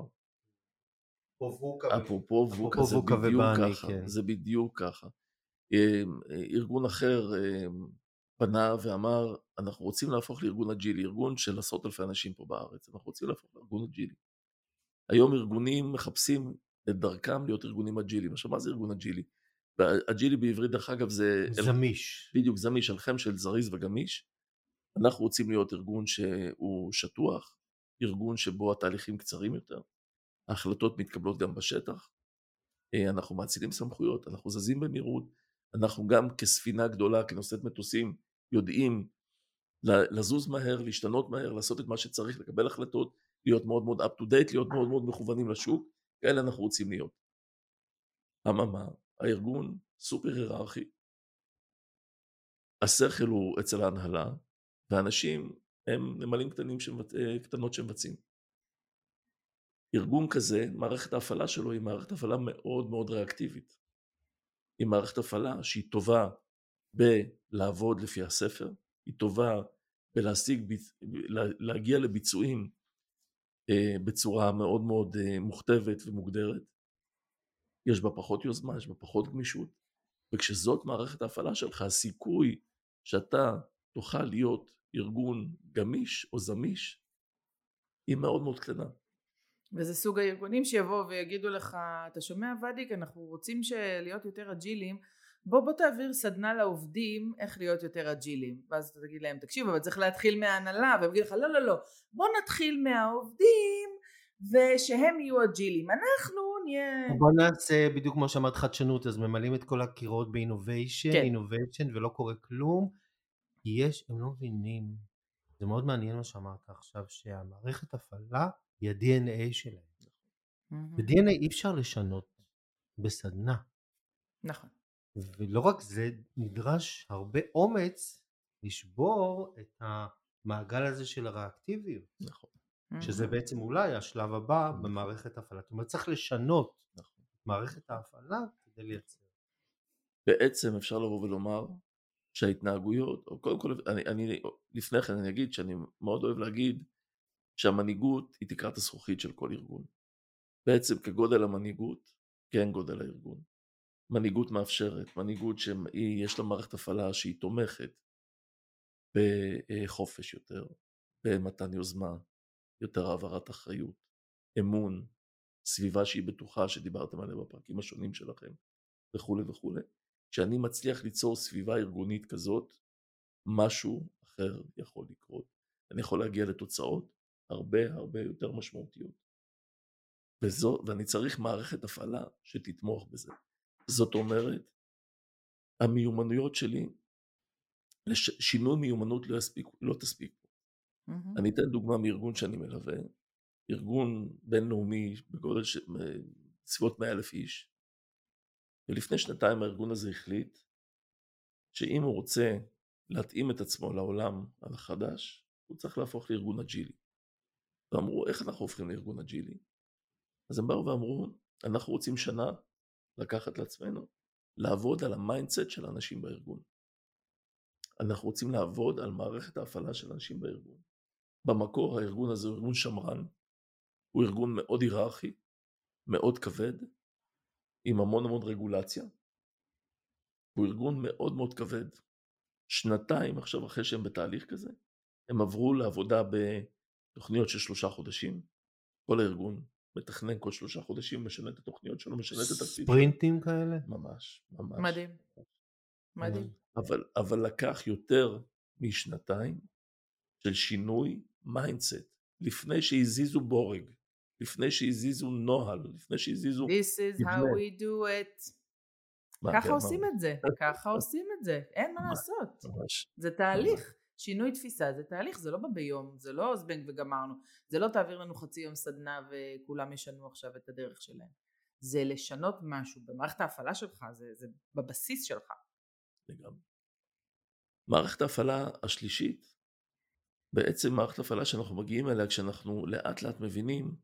S3: אפרופו ווקה, זה בדיוק ככה, זה בדיוק ככה. ארגון אחר פנה ואמר, אנחנו רוצים להפוך לארגון אג'ילי, ארגון של עשרות אלפי אנשים פה בארץ, אנחנו רוצים להפוך לארגון אג'ילי. היום ארגונים מחפשים את דרכם להיות ארגונים אג'ילים. עכשיו, מה זה ארגון אג'ילי? אג'ילי בעברית, דרך אגב, זה...
S2: זמיש.
S3: בדיוק, זמיש, על חם של זריז וגמיש. אנחנו רוצים להיות ארגון שהוא שטוח, ארגון שבו התהליכים קצרים יותר, ההחלטות מתקבלות גם בשטח, אנחנו מאצילים סמכויות, אנחנו זזים במהירות, אנחנו גם כספינה גדולה, כנושאת מטוסים, יודעים לזוז מהר, להשתנות מהר, לעשות את מה שצריך, לקבל החלטות, להיות מאוד מאוד up to date, להיות מאוד מאוד מכוונים לשוק, כאלה אנחנו רוצים להיות. אממה, הארגון סופר היררכי, השכל הוא אצל ההנהלה, והאנשים הם נמלים קטנות שמבצעים. ארגון כזה, מערכת ההפעלה שלו היא מערכת הפעלה מאוד מאוד ריאקטיבית. היא מערכת הפעלה שהיא טובה בלעבוד לפי הספר, היא טובה להגיע לביצועים בצורה מאוד מאוד מוכתבת ומוגדרת. יש בה פחות יוזמה, יש בה פחות גמישות, וכשזאת מערכת ההפעלה שלך, הסיכוי שאתה תוכל להיות ארגון גמיש או זמיש, היא מאוד מאוד קטנה.
S1: וזה סוג הארגונים שיבואו ויגידו לך, אתה שומע ודיק, אנחנו רוצים להיות יותר אג'ילים, בוא תעביר סדנה לעובדים איך להיות יותר אג'ילים, ואז אתה תגיד להם, תקשיב, אבל צריך להתחיל מההנהלה, והם יגיד לך, לא, בוא נתחיל מהעובדים, ושהם יהיו אג'ילים, אנחנו נהיה...
S2: בוא נעשה בדיוק כמו שאמרת חדשנות, אז ממלאים את כל הקירות באינוביישן, ולא קורה כלום, כי הם לא מבינים, זה מאוד מעניין מה שאמרת עכשיו, שהמערכת הפעלה היא ה-DNA שלהם. ב-DNA אי אפשר לשנות בסדנה.
S1: נכון.
S2: ולא רק זה, נדרש הרבה אומץ לשבור את המעגל הזה של הריאקטיביות.
S3: נכון.
S2: שזה בעצם אולי השלב הבא במערכת ההפעלה. זאת אומרת, צריך לשנות את מערכת ההפעלה כדי לייצר.
S3: בעצם אפשר לבוא ולומר שההתנהגויות, או קודם כל, לפני כן אני אגיד שאני מאוד אוהב להגיד שהמנהיגות היא תקרת הזכוכית של כל ארגון. בעצם כגודל המנהיגות, כן גודל הארגון. מנהיגות מאפשרת, מנהיגות שיש לה מערכת הפעלה שהיא תומכת בחופש יותר, במתן יוזמה, יותר העברת אחריות, אמון, סביבה שהיא בטוחה שדיברתם עליה בפרקים השונים שלכם, וכו' וכו'. כשאני מצליח ליצור סביבה ארגונית כזאת, משהו אחר יכול לקרות. אני יכול להגיע לתוצאות הרבה יותר משמעותיות. ואני צריך מערכת הפעלה שתתמוך בזה. זאת אומרת, המיומנויות שלי, שינוי מיומנות לא תספיק. אני אתן דוגמה מארגון שאני מלווה, ארגון בינלאומי בגודל סביבות 100,000 איש, ולפני שנתיים הארגון הזה החליט שאם הוא רוצה להתאים את עצמו לעולם החדש, הוא צריך להפוך לארגון אג'ילי. ואמרו, איך אנחנו הופכים לארגון אג'ילי? אז הם באו ואמרו, אנחנו רוצים שנה לקחת לעצמנו, לעבוד על המיינדסט של האנשים בארגון. אנחנו רוצים לעבוד על מערכת ההפעלה של אנשים בארגון. במקור הארגון הזה הוא ארגון שמרן, הוא ארגון מאוד היררכי, מאוד כבד, עם המון רגולציה. הוא ארגון מאוד מאוד כבד. שנתיים עכשיו אחרי שהם בתהליך כזה, הם עברו לעבודה בתוכניות של 3 חודשים. כל הארגון מתכנן כל 3 חודשים, משנה את התוכניות שלו, משנה את התקציב.
S2: ספרינטים כאלה?
S3: ממש.
S1: מדהים.
S3: אבל לקח יותר משנתיים של שינוי מיינדסט, לפני שהזיזו בורג, לפני שהזיזו נוהל, לפני שהזיזו...
S1: This is how we do it. ככה עושים את זה, אין מה לעשות. זה תהליך, שינוי תפיסה, זה תהליך, זה לא בא ביום, זה לא זבנג וגמרנו, זה לא תעביר לנו חצי יום סדנה וכולם ישנו עכשיו את הדרך שלהם. זה לשנות משהו במערכת ההפעלה שלך, זה בבסיס שלך.
S3: לגמרי. מערכת ההפעלה השלישית, בעצם מערכת ההפעלה שאנחנו מגיעים אליה כשאנחנו לאט לאט מבינים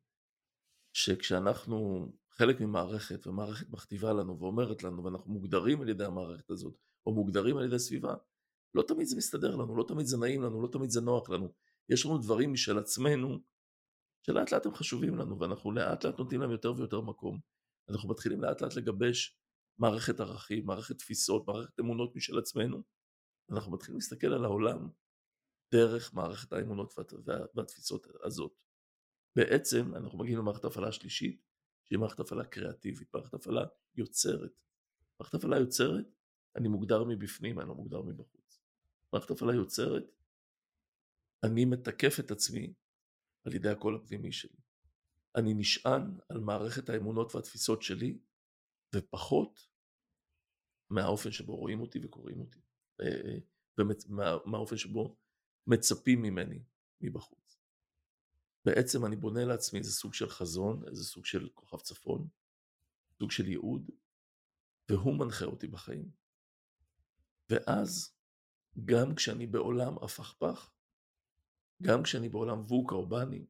S3: שכשאנחנו חלק ממערכת ומערכת מכתיבה לנו ואומרת לנו ואנחנו מוגדרים על ידי המערכת הזאת או מוגדרים על ידי הסביבה, לא תמיד זה מסתדר לנו, לא תמיד זה נעים לנו, לא תמיד זה נוח לנו. יש לנו דברים משל עצמנו שלאט לאט הם חשובים לנו ואנחנו לאט לאט נותנים להם יותר ויותר מקום. אנחנו מתחילים לאט לאט לגבש מערכת ערכים, מערכת תפיסות, מערכת אמונות משל עצמנו. אנחנו מתחילים להסתכל על העולם דרך מערכת האמונות והתפיסות הזאת. בעצם אנחנו מגיעים למערכת ההפעלה השלישית, שהיא מערכת הפעלה קריאטיבית, מערכת הפעלה יוצרת. מערכת הפעלה יוצרת, אני מוגדר מבפנים, אני לא מוגדר מבחוץ. מערכת הפעלה יוצרת, אני מתקף את עצמי על ידי הקול הפנימי שלי. אני נשען על מערכת האמונות והתפיסות שלי, ופחות מהאופן שבו רואים אותי וקוראים אותי, ומהאופן שבו מצפים ממני מבחוץ. בעצם אני בונה לעצמי איזה סוג של חזון, איזה סוג של כוכב צפון, סוג של ייעוד, והוא מנחה אותי בחיים. ואז, גם כשאני בעולם הפכפך, גם כשאני בעולם ווקה או בני,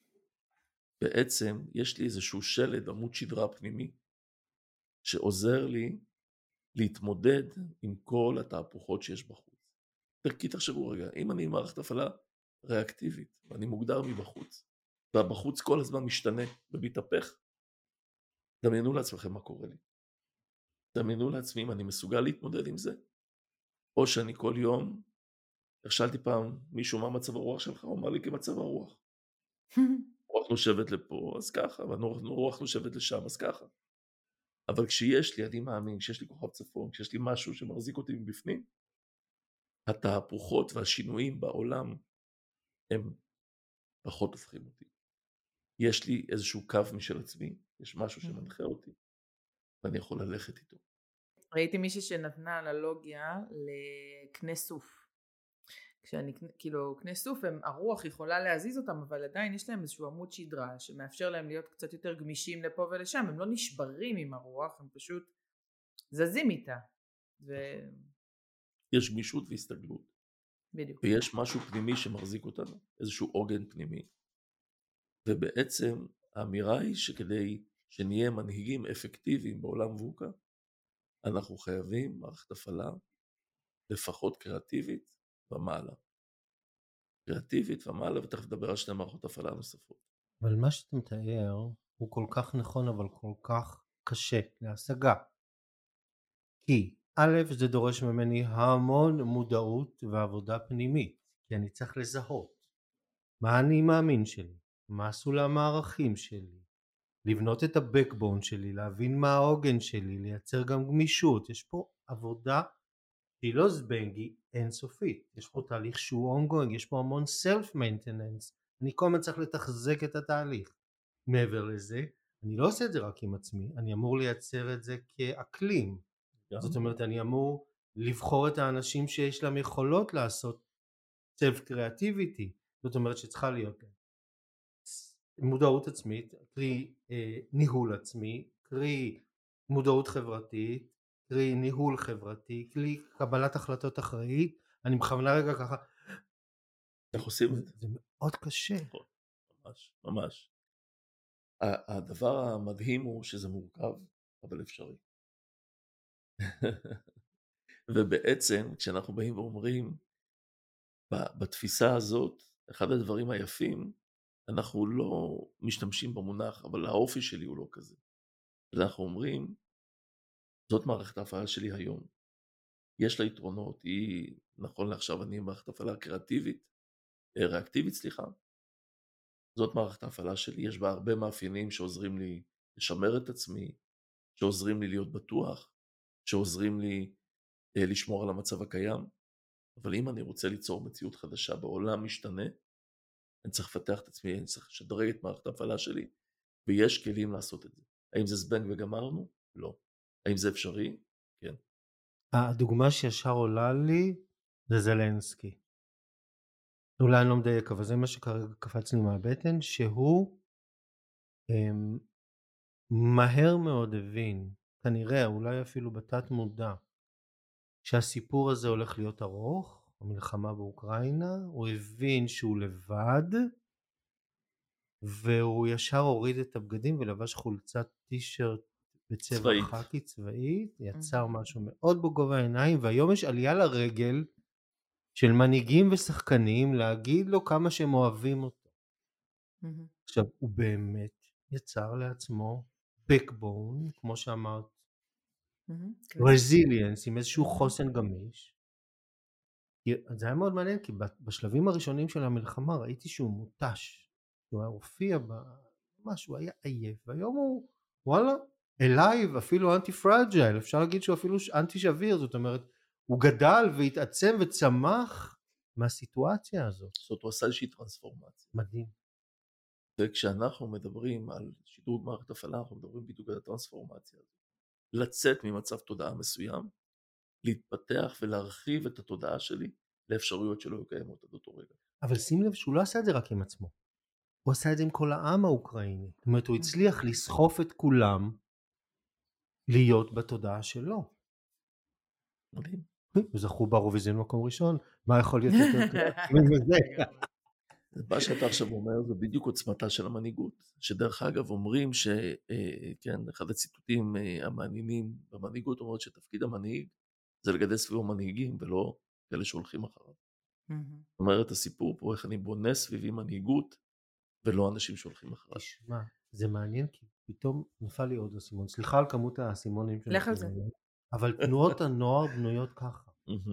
S3: בעצם יש לי איזשהו שלד, עמוד שדרה פנימי, שעוזר לי להתמודד עם כל התהפוכות שיש בחוץ. כי תחשבו רגע, אם אני עם מערכת הפעלה ריאקטיבית, ואני מוגדר מבחוץ, והבחוץ כל הזמן משתנה ומתהפך, דמיינו לעצמכם מה קורה לי. דמיינו לעצמי אם אני מסוגל להתמודד עם זה, או שאני כל יום, שאלתי פעם מישהו מה מצב הרוח שלך, הוא אמר לי כמצב הרוח. רוח נושבת לפה, אז ככה, ורוח נושבת לשם, אז ככה. אבל כשיש לי, אני מאמין, כשיש לי כוכב צפון, כשיש לי משהו שמחזיק אותי מבפנים, התהפוכות והשינויים בעולם הם פחות הופכים אותי. יש לי איזשהו קו משל עצמי, יש משהו שמנחה אותי, ואני יכול ללכת איתו.
S1: ראיתי מישהי שנתנה אנלוגיה לקנה סוף. כאילו, קנה סוף, הרוח יכולה להזיז אותם, אבל עדיין יש להם איזשהו עמוד שדרה, שמאפשר להם להיות קצת יותר גמישים לפה ולשם, הם לא נשברים עם הרוח, הם פשוט זזים איתה.
S3: יש גמישות והסתגלות.
S1: בדיוק.
S3: ויש משהו פנימי שמחזיק אותנו, איזשהו עוגן פנימי. ובעצם האמירה היא שכדי שנהיה מנהיגים אפקטיביים בעולם ווקה, אנחנו חייבים מערכת הפעלה לפחות קריאטיבית ומעלה. קריאטיבית ומעלה, ותכף נדבר על שתי מערכות הפעלה נוספות.
S2: אבל מה שאתה מתאר הוא כל כך נכון, אבל כל כך קשה להשגה. כי א', זה דורש ממני המון מודעות ועבודה פנימית, כי אני צריך לזהות מה אני מאמין שלי, מה סולם הערכים שלי, לבנות את הבקבון שלי, להבין מה העוגן שלי, לייצר גם גמישות. יש פה עבודה שהיא לא זבנגי אינסופית, יש פה תהליך שהוא ongoing, יש פה המון self maintenance, אני כל הזמן צריך לתחזק את התהליך. מעבר לזה, אני לא עושה את זה רק עם עצמי, אני אמור לייצר את זה כאקלים. זאת אומרת, אני אמור לבחור את האנשים שיש להם יכולות לעשות self creativity, זאת אומרת שצריכה להיות מודעות עצמית, קרי ניהול עצמי, קרי מודעות חברתית, קרי ניהול חברתי, קרי קבלת החלטות אחראית. אני בכוונה רגע ככה,
S3: איך עושים את זה?
S2: זה מאוד קשה.
S3: ממש, ממש. הדבר המדהים הוא שזה מורכב, אבל אפשרי. ובעצם כשאנחנו באים ואומרים, בתפיסה הזאת, אחד הדברים היפים, אנחנו לא משתמשים במונח, אבל האופי שלי הוא לא כזה. אנחנו אומרים, זאת מערכת ההפעלה שלי היום. יש לה יתרונות, היא, נכון לעכשיו אני מערכת הפעלה ריאקטיבית, זאת מערכת ההפעלה שלי, יש בה הרבה מאפיינים שעוזרים לי לשמר את עצמי, שעוזרים לי להיות בטוח, שעוזרים לי לשמור על המצב הקיים. אבל אם אני רוצה ליצור מציאות חדשה בעולם משתנה, אני צריך לפתח את עצמי, אני צריך לשדרג את מערכת ההפעלה שלי, ויש כלים לעשות את זה. האם זה זבנג וגמרנו? לא. האם זה אפשרי? כן.
S2: הדוגמה שישר עולה לי זה זלנסקי. אולי אני לא מדייק, אבל זה מה שכרגע קפץ לי מהבטן, שהוא מהר מאוד הבין, כנראה אולי אפילו בתת מודע, שהסיפור הזה הולך להיות ארוך, המלחמה באוקראינה, הוא הבין שהוא לבד, והוא ישר הוריד את הבגדים ולבש חולצת טישרט בצבע חאקי צבאית, יצר משהו מאוד בגובה העיניים, והיום יש עלייה לרגל של מנהיגים ושחקנים להגיד לו כמה שהם אוהבים אותו. עכשיו, הוא באמת יצר לעצמו backbone, כמו שאמרת, resilience, עם איזשהו חוסן גמיש. זה היה מאוד מעניין, כי בשלבים הראשונים של המלחמה ראיתי שהוא מוטש, הוא היה הופיע ממש, הוא היה עייף, והיום הוא, וואלה, אלייב, אפילו אנטי פרג'ייל, אפשר להגיד שהוא אפילו אנטי שביר, זאת אומרת, הוא גדל והתעצם וצמח מהסיטואציה הזאת.
S3: זאת אומרת, הוא עשה איזושהי טרנספורמציה.
S2: מדהים.
S3: וכשאנחנו מדברים על שדרוג מערכת הפעלה, אנחנו מדברים בדיוק על הטרנספורמציה הזאת. לצאת ממצב תודעה מסוים, להתפתח ולהרחיב את התודעה שלי לאפשרויות שלא היו קיימות עד אותו רגע.
S2: אבל שים לב שהוא לא עשה את זה רק עם עצמו, הוא עשה את זה עם כל העם האוקראיני. זאת אומרת, הוא הצליח לסחוף את כולם להיות בתודעה שלו.
S3: מדהים.
S2: וזכו באירוויזיון מקום ראשון, מה יכול להיות יותר טוב מזה?
S3: מה שאתה עכשיו אומר זה בדיוק עוצמתה של המנהיגות, שדרך אגב אומרים כן, אחד הציטוטים המעניינים במנהיגות אומרת שתפקיד המנהיג זה לגדל סביבו מנהיגים ולא כאלה שהולכים אחריו. זאת אומרת, הסיפור פה איך אני בונה סביבי מנהיגות ולא אנשים שהולכים אחריו.
S2: תשמע, זה מעניין כי פתאום נפל לי עוד אסימון, סליחה על כמות האסימונים
S1: לך על זה.
S2: אבל תנועות הנוער בנויות ככה.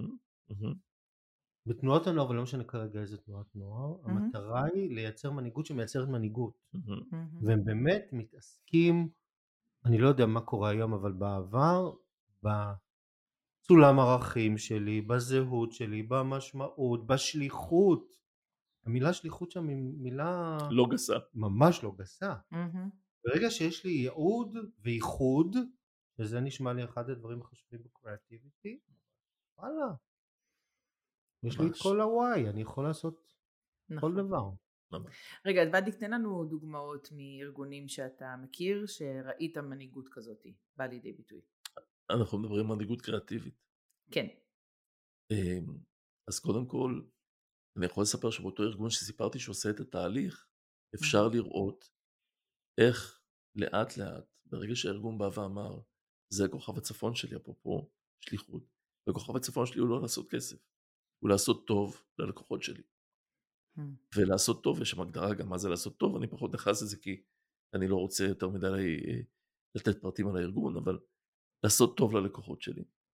S2: בתנועות הנוער, ולא משנה כרגע איזה תנועת נוער, המטרה היא לייצר מנהיגות שמייצרת מנהיגות. והם באמת מתעסקים, אני לא יודע מה קורה היום, אבל בעבר, בסולם ערכים שלי, בזהות שלי, במשמעות, בשליחות. המילה שליחות שם היא מילה
S3: לא גסה.
S2: ממש לא גסה. ברגע שיש לי ייעוד וייחוד, וזה נשמע לי אחד הדברים החשובים בקריאטיביטי, וואלה. יש לי את כל הוואי, אני יכול לעשות כל דבר.
S1: רגע, ואדי, תן לנו דוגמאות מארגונים שאתה מכיר, שראית מנהיגות כזאת, בא לידי ביטוי.
S3: אנחנו מדברים על מנהיגות קריאטיבית.
S1: כן.
S3: אז קודם כל, אני יכול לספר שבאותו ארגון שסיפרתי שעושה את התהליך, אפשר לראות איך לאט לאט, ברגע שהארגון בא ואמר, זה כוכב הצפון שלי, אפרופו שליחות, וכוכב הצפון שלי הוא לא לעשות כסף, הוא לעשות טוב ללקוחות שלי. ולעשות טוב, יש שם הגדרה גם מה זה לעשות טוב, אני פחות נכנס לזה כי אני לא רוצה יותר מדי לתת פרטים על הארגון, אבל לעשות טוב ללקוחות שלי.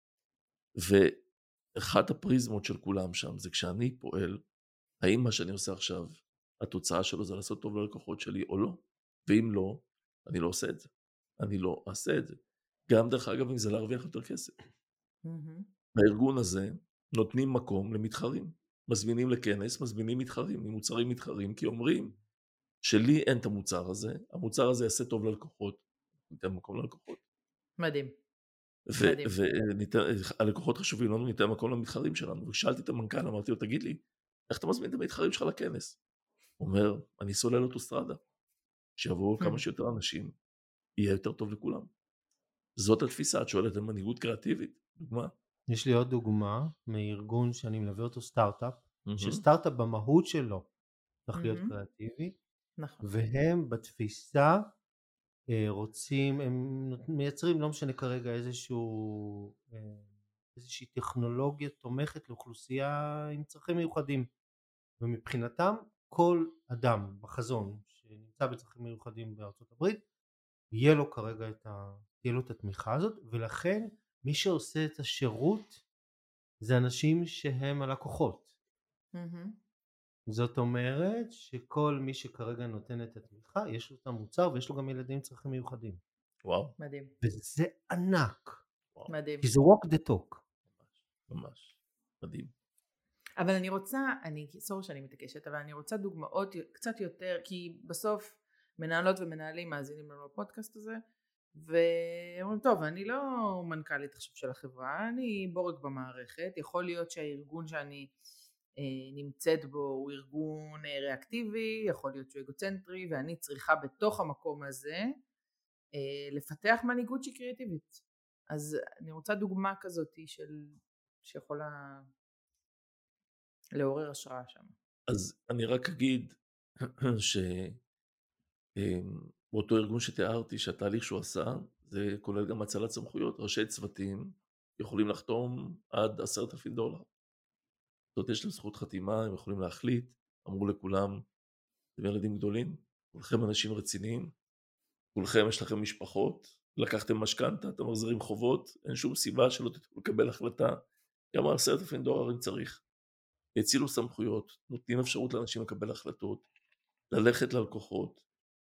S3: ואחת הפריזמות של כולם שם זה כשאני פועל, האם מה שאני עושה עכשיו, התוצאה שלו זה לעשות טוב ללקוחות שלי או לא, ואם לא, אני לא עושה את זה. אני לא אעשה את זה. גם דרך אגב אם זה להרוויח יותר כסף. בארגון הזה נותנים מקום למתחרים. מזמינים לכנס, מזמינים מתחרים, ממוצרים מתחרים, כי אומרים שלי אין את המוצר הזה יעשה טוב ללקוחות, ניתן מקום ללקוחות.
S1: מדהים.
S3: והלקוחות חשובים לנו, ניתן מקום למתחרים שלנו, ושאלתי את המנכ"ל, אמרתי לו, תגיד לי, איך אתה מזמין את המתחרים שלך לכנס? הוא אומר, אני סולל אוטוסטרדה, שיבואו כמה שיותר אנשים, יהיה יותר טוב לכולם. זאת התפיסה, את שואלת על מנהיגות קריאטיבית, דוגמה.
S2: יש לי עוד דוגמה מארגון שאני מלווה אותו, סטארט-אפ, שסטארט-אפ במהות שלו צריך להיות קריאטיבי, והם בתפיסה רוצים, הם מייצרים, לא משנה כרגע איזושהי טכנולוגיה תומכת לאוכלוסייה עם צרכים מיוחדים, ומבחינתם כל אדם בחזון שנמצא בצרכים מיוחדים בארצות הברית, תהיה לו את התמיכה הזאת, ולכן מי שעושה את השירות זה אנשים שהם הלקוחות. זאת אומרת שכל מי שכרגע נותן את התמיכה יש לו את המוצר ויש לו גם ילדים עם צרכים מיוחדים.
S3: וואו.
S1: מדהים.
S2: וזה ענק.
S1: מדהים.
S2: כי זה walk the talk.
S3: ממש. מדהים.
S1: אבל אני רוצה, סורי שאני מתעקשת, אבל אני רוצה דוגמאות קצת יותר, כי בסוף מנהלות ומנהלים מאזינים לנו לפודקאסט הזה, ואומרים, טוב, אני לא מנכ"לית עכשיו של החברה, אני בורג במערכת, יכול להיות שהארגון שאני נמצאת בו הוא ארגון ריאקטיבי, יכול להיות שהוא אגוצנטרי, ואני צריכה בתוך המקום הזה לפתח מנהיגות שהיא קריאטיבית. אז אני רוצה דוגמה כזאת שיכולה לעורר השראה שם.
S3: אז אני רק אגיד באותו ארגון שתיארתי שהתהליך שהוא עשה זה כולל גם הצלת סמכויות, ראשי צוותים יכולים לחתום עד $10,000. זאת אומרת יש להם זכות חתימה, הם יכולים להחליט, אמרו לכולם, אתם ילדים גדולים, כולכם אנשים רציניים, כולכם יש לכם משפחות, לקחתם משכנתה, אתם מחזירים חובות, אין שום סיבה שלא תתחילו לקבל החלטה, גם על $10,000 אם צריך. הצילו סמכויות, נותנים אפשרות לאנשים לקבל החלטות, ללכת ללקוחות,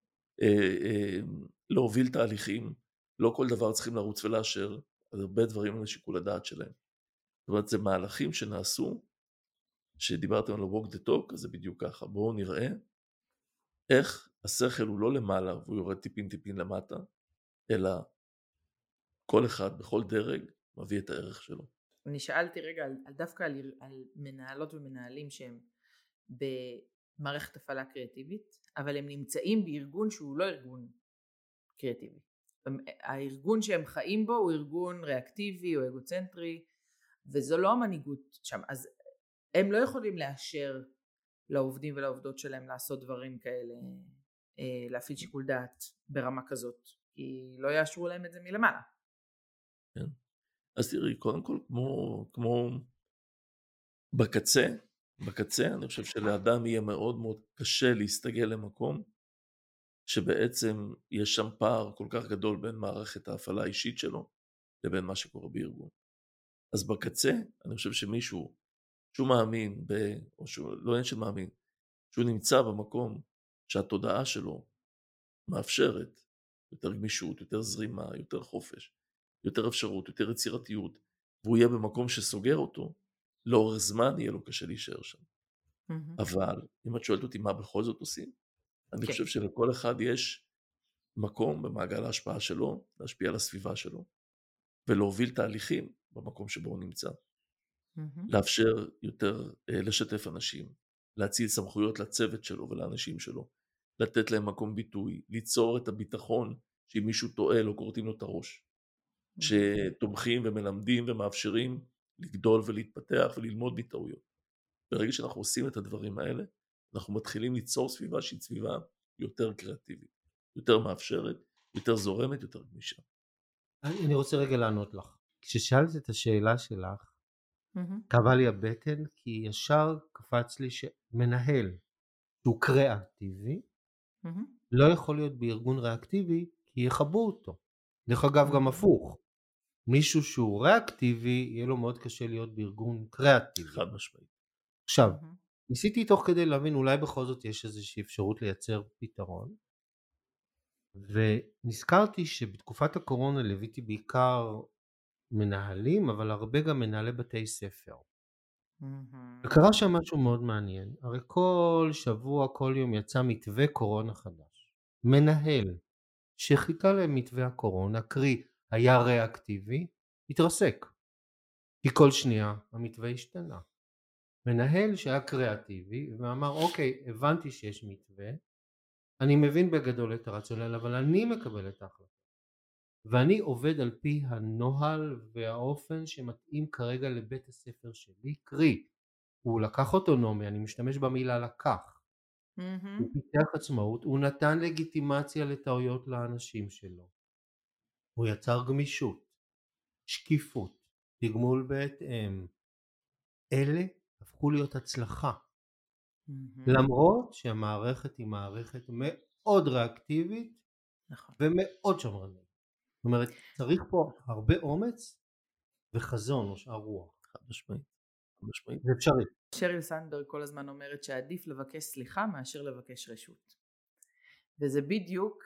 S3: להוביל תהליכים, לא כל דבר צריכים לרוץ ולאשר, אז הרבה דברים על שיקול הדעת שלהם. זאת אומרת, זה מהלכים שנעשו, שדיברתם על walk the talk, אז זה בדיוק ככה, בואו נראה איך השכל הוא לא למעלה והוא יורד טיפין טיפין למטה, אלא כל אחד בכל דרג מביא את הערך שלו.
S1: אני שאלתי רגע דווקא על מנהלות ומנהלים שהם במערכת הפעלה קריאטיבית, אבל הם נמצאים בארגון שהוא לא ארגון קריאטיבי. הארגון שהם חיים בו הוא ארגון ריאקטיבי או אגוצנטרי, וזו לא המנהיגות שם. אז הם לא יכולים לאשר לעובדים ולעובדות שלהם לעשות דברים כאלה, להפעיל שיקול דעת ברמה כזאת, כי לא יאשרו להם את זה מלמעלה.
S3: כן. אז תראי, קודם כל, כמו בקצה, אני חושב שלאדם יהיה מאוד מאוד קשה להסתגל למקום, שבעצם יש שם פער כל כך גדול בין מערכת ההפעלה האישית שלו, לבין מה שקורה בארגון. אז בקצה, אני חושב שמישהו, שהוא מאמין, או שהוא לא אין שמאמין, שהוא נמצא במקום שהתודעה שלו מאפשרת יותר גמישות, יותר זרימה, יותר חופש, יותר אפשרות, יותר יצירתיות, והוא יהיה במקום שסוגר אותו, לאורך זמן יהיה לו קשה להישאר שם. אבל אם את שואלת אותי מה בכל זאת עושים, אני חושב שלכל אחד יש מקום במעגל ההשפעה שלו, להשפיע על הסביבה שלו, ולהוביל תהליכים במקום שבו הוא נמצא. לאפשר יותר לשתף אנשים, להציל סמכויות לצוות שלו ולאנשים שלו, לתת להם מקום ביטוי, ליצור את הביטחון שאם מישהו טועה לא קורטים לו את הראש, שתומכים ומלמדים ומאפשרים לגדול ולהתפתח וללמוד מטעויות. ברגע שאנחנו עושים את הדברים האלה, אנחנו מתחילים ליצור סביבה שהיא סביבה יותר קריאטיבית, יותר מאפשרת, יותר זורמת, יותר גמישה.
S2: אני רוצה רגע לענות לך. כששאלת את השאלה שלך, קבע לי הבטן, כי ישר קפץ לי שמנהל שהוא קריאטיבי, לא יכול להיות בארגון ריאקטיבי, כי יחבו אותו. דרך אגב גם הפוך. מישהו שהוא ריאקטיבי, יהיה לו מאוד קשה להיות בארגון קריאטיבי.
S3: חד משמעית.
S2: עכשיו, ניסיתי תוך כדי להבין, אולי בכל זאת יש איזושהי אפשרות לייצר פתרון, ונזכרתי שבתקופת הקורונה ליוויתי בעיקר מנהלים, אבל הרבה גם מנהלי בתי ספר. וקרה שם משהו מאוד מעניין. הרי כל שבוע, כל יום יצא מתווה קורונה חדש. מנהל שחיכה למתווה הקורונה, קרי היה ריאקטיבי, התרסק. כי כל שנייה המתווה השתנה. מנהל שהיה קריאטיבי ואמר אוקיי, הבנתי שיש מתווה, אני מבין בגדול את הרציונל, אבל אני מקבל את ההחלטה. ואני עובד על פי הנוהל והאופן שמתאים כרגע לבית הספר שלי, קרי, הוא לקח אוטונומיה, אני משתמש במילה לקח, הוא פיתח עצמאות, הוא נתן לגיטימציה לטעויות לאנשים שלו, הוא יצר גמישות, שקיפות, תגמול בהתאם, אלה הפכו להיות הצלחה, למרות שהמערכת היא מערכת מאוד ריאקטיבית ומאוד שמרנית. זאת אומרת, צריך פה הרבה אומץ וחזון או שאר רוח.
S3: חד משמעית.
S2: זה אפשרי.
S1: שריל סנדברג כל הזמן אומרת שעדיף לבקש סליחה מאשר לבקש רשות. וזה בדיוק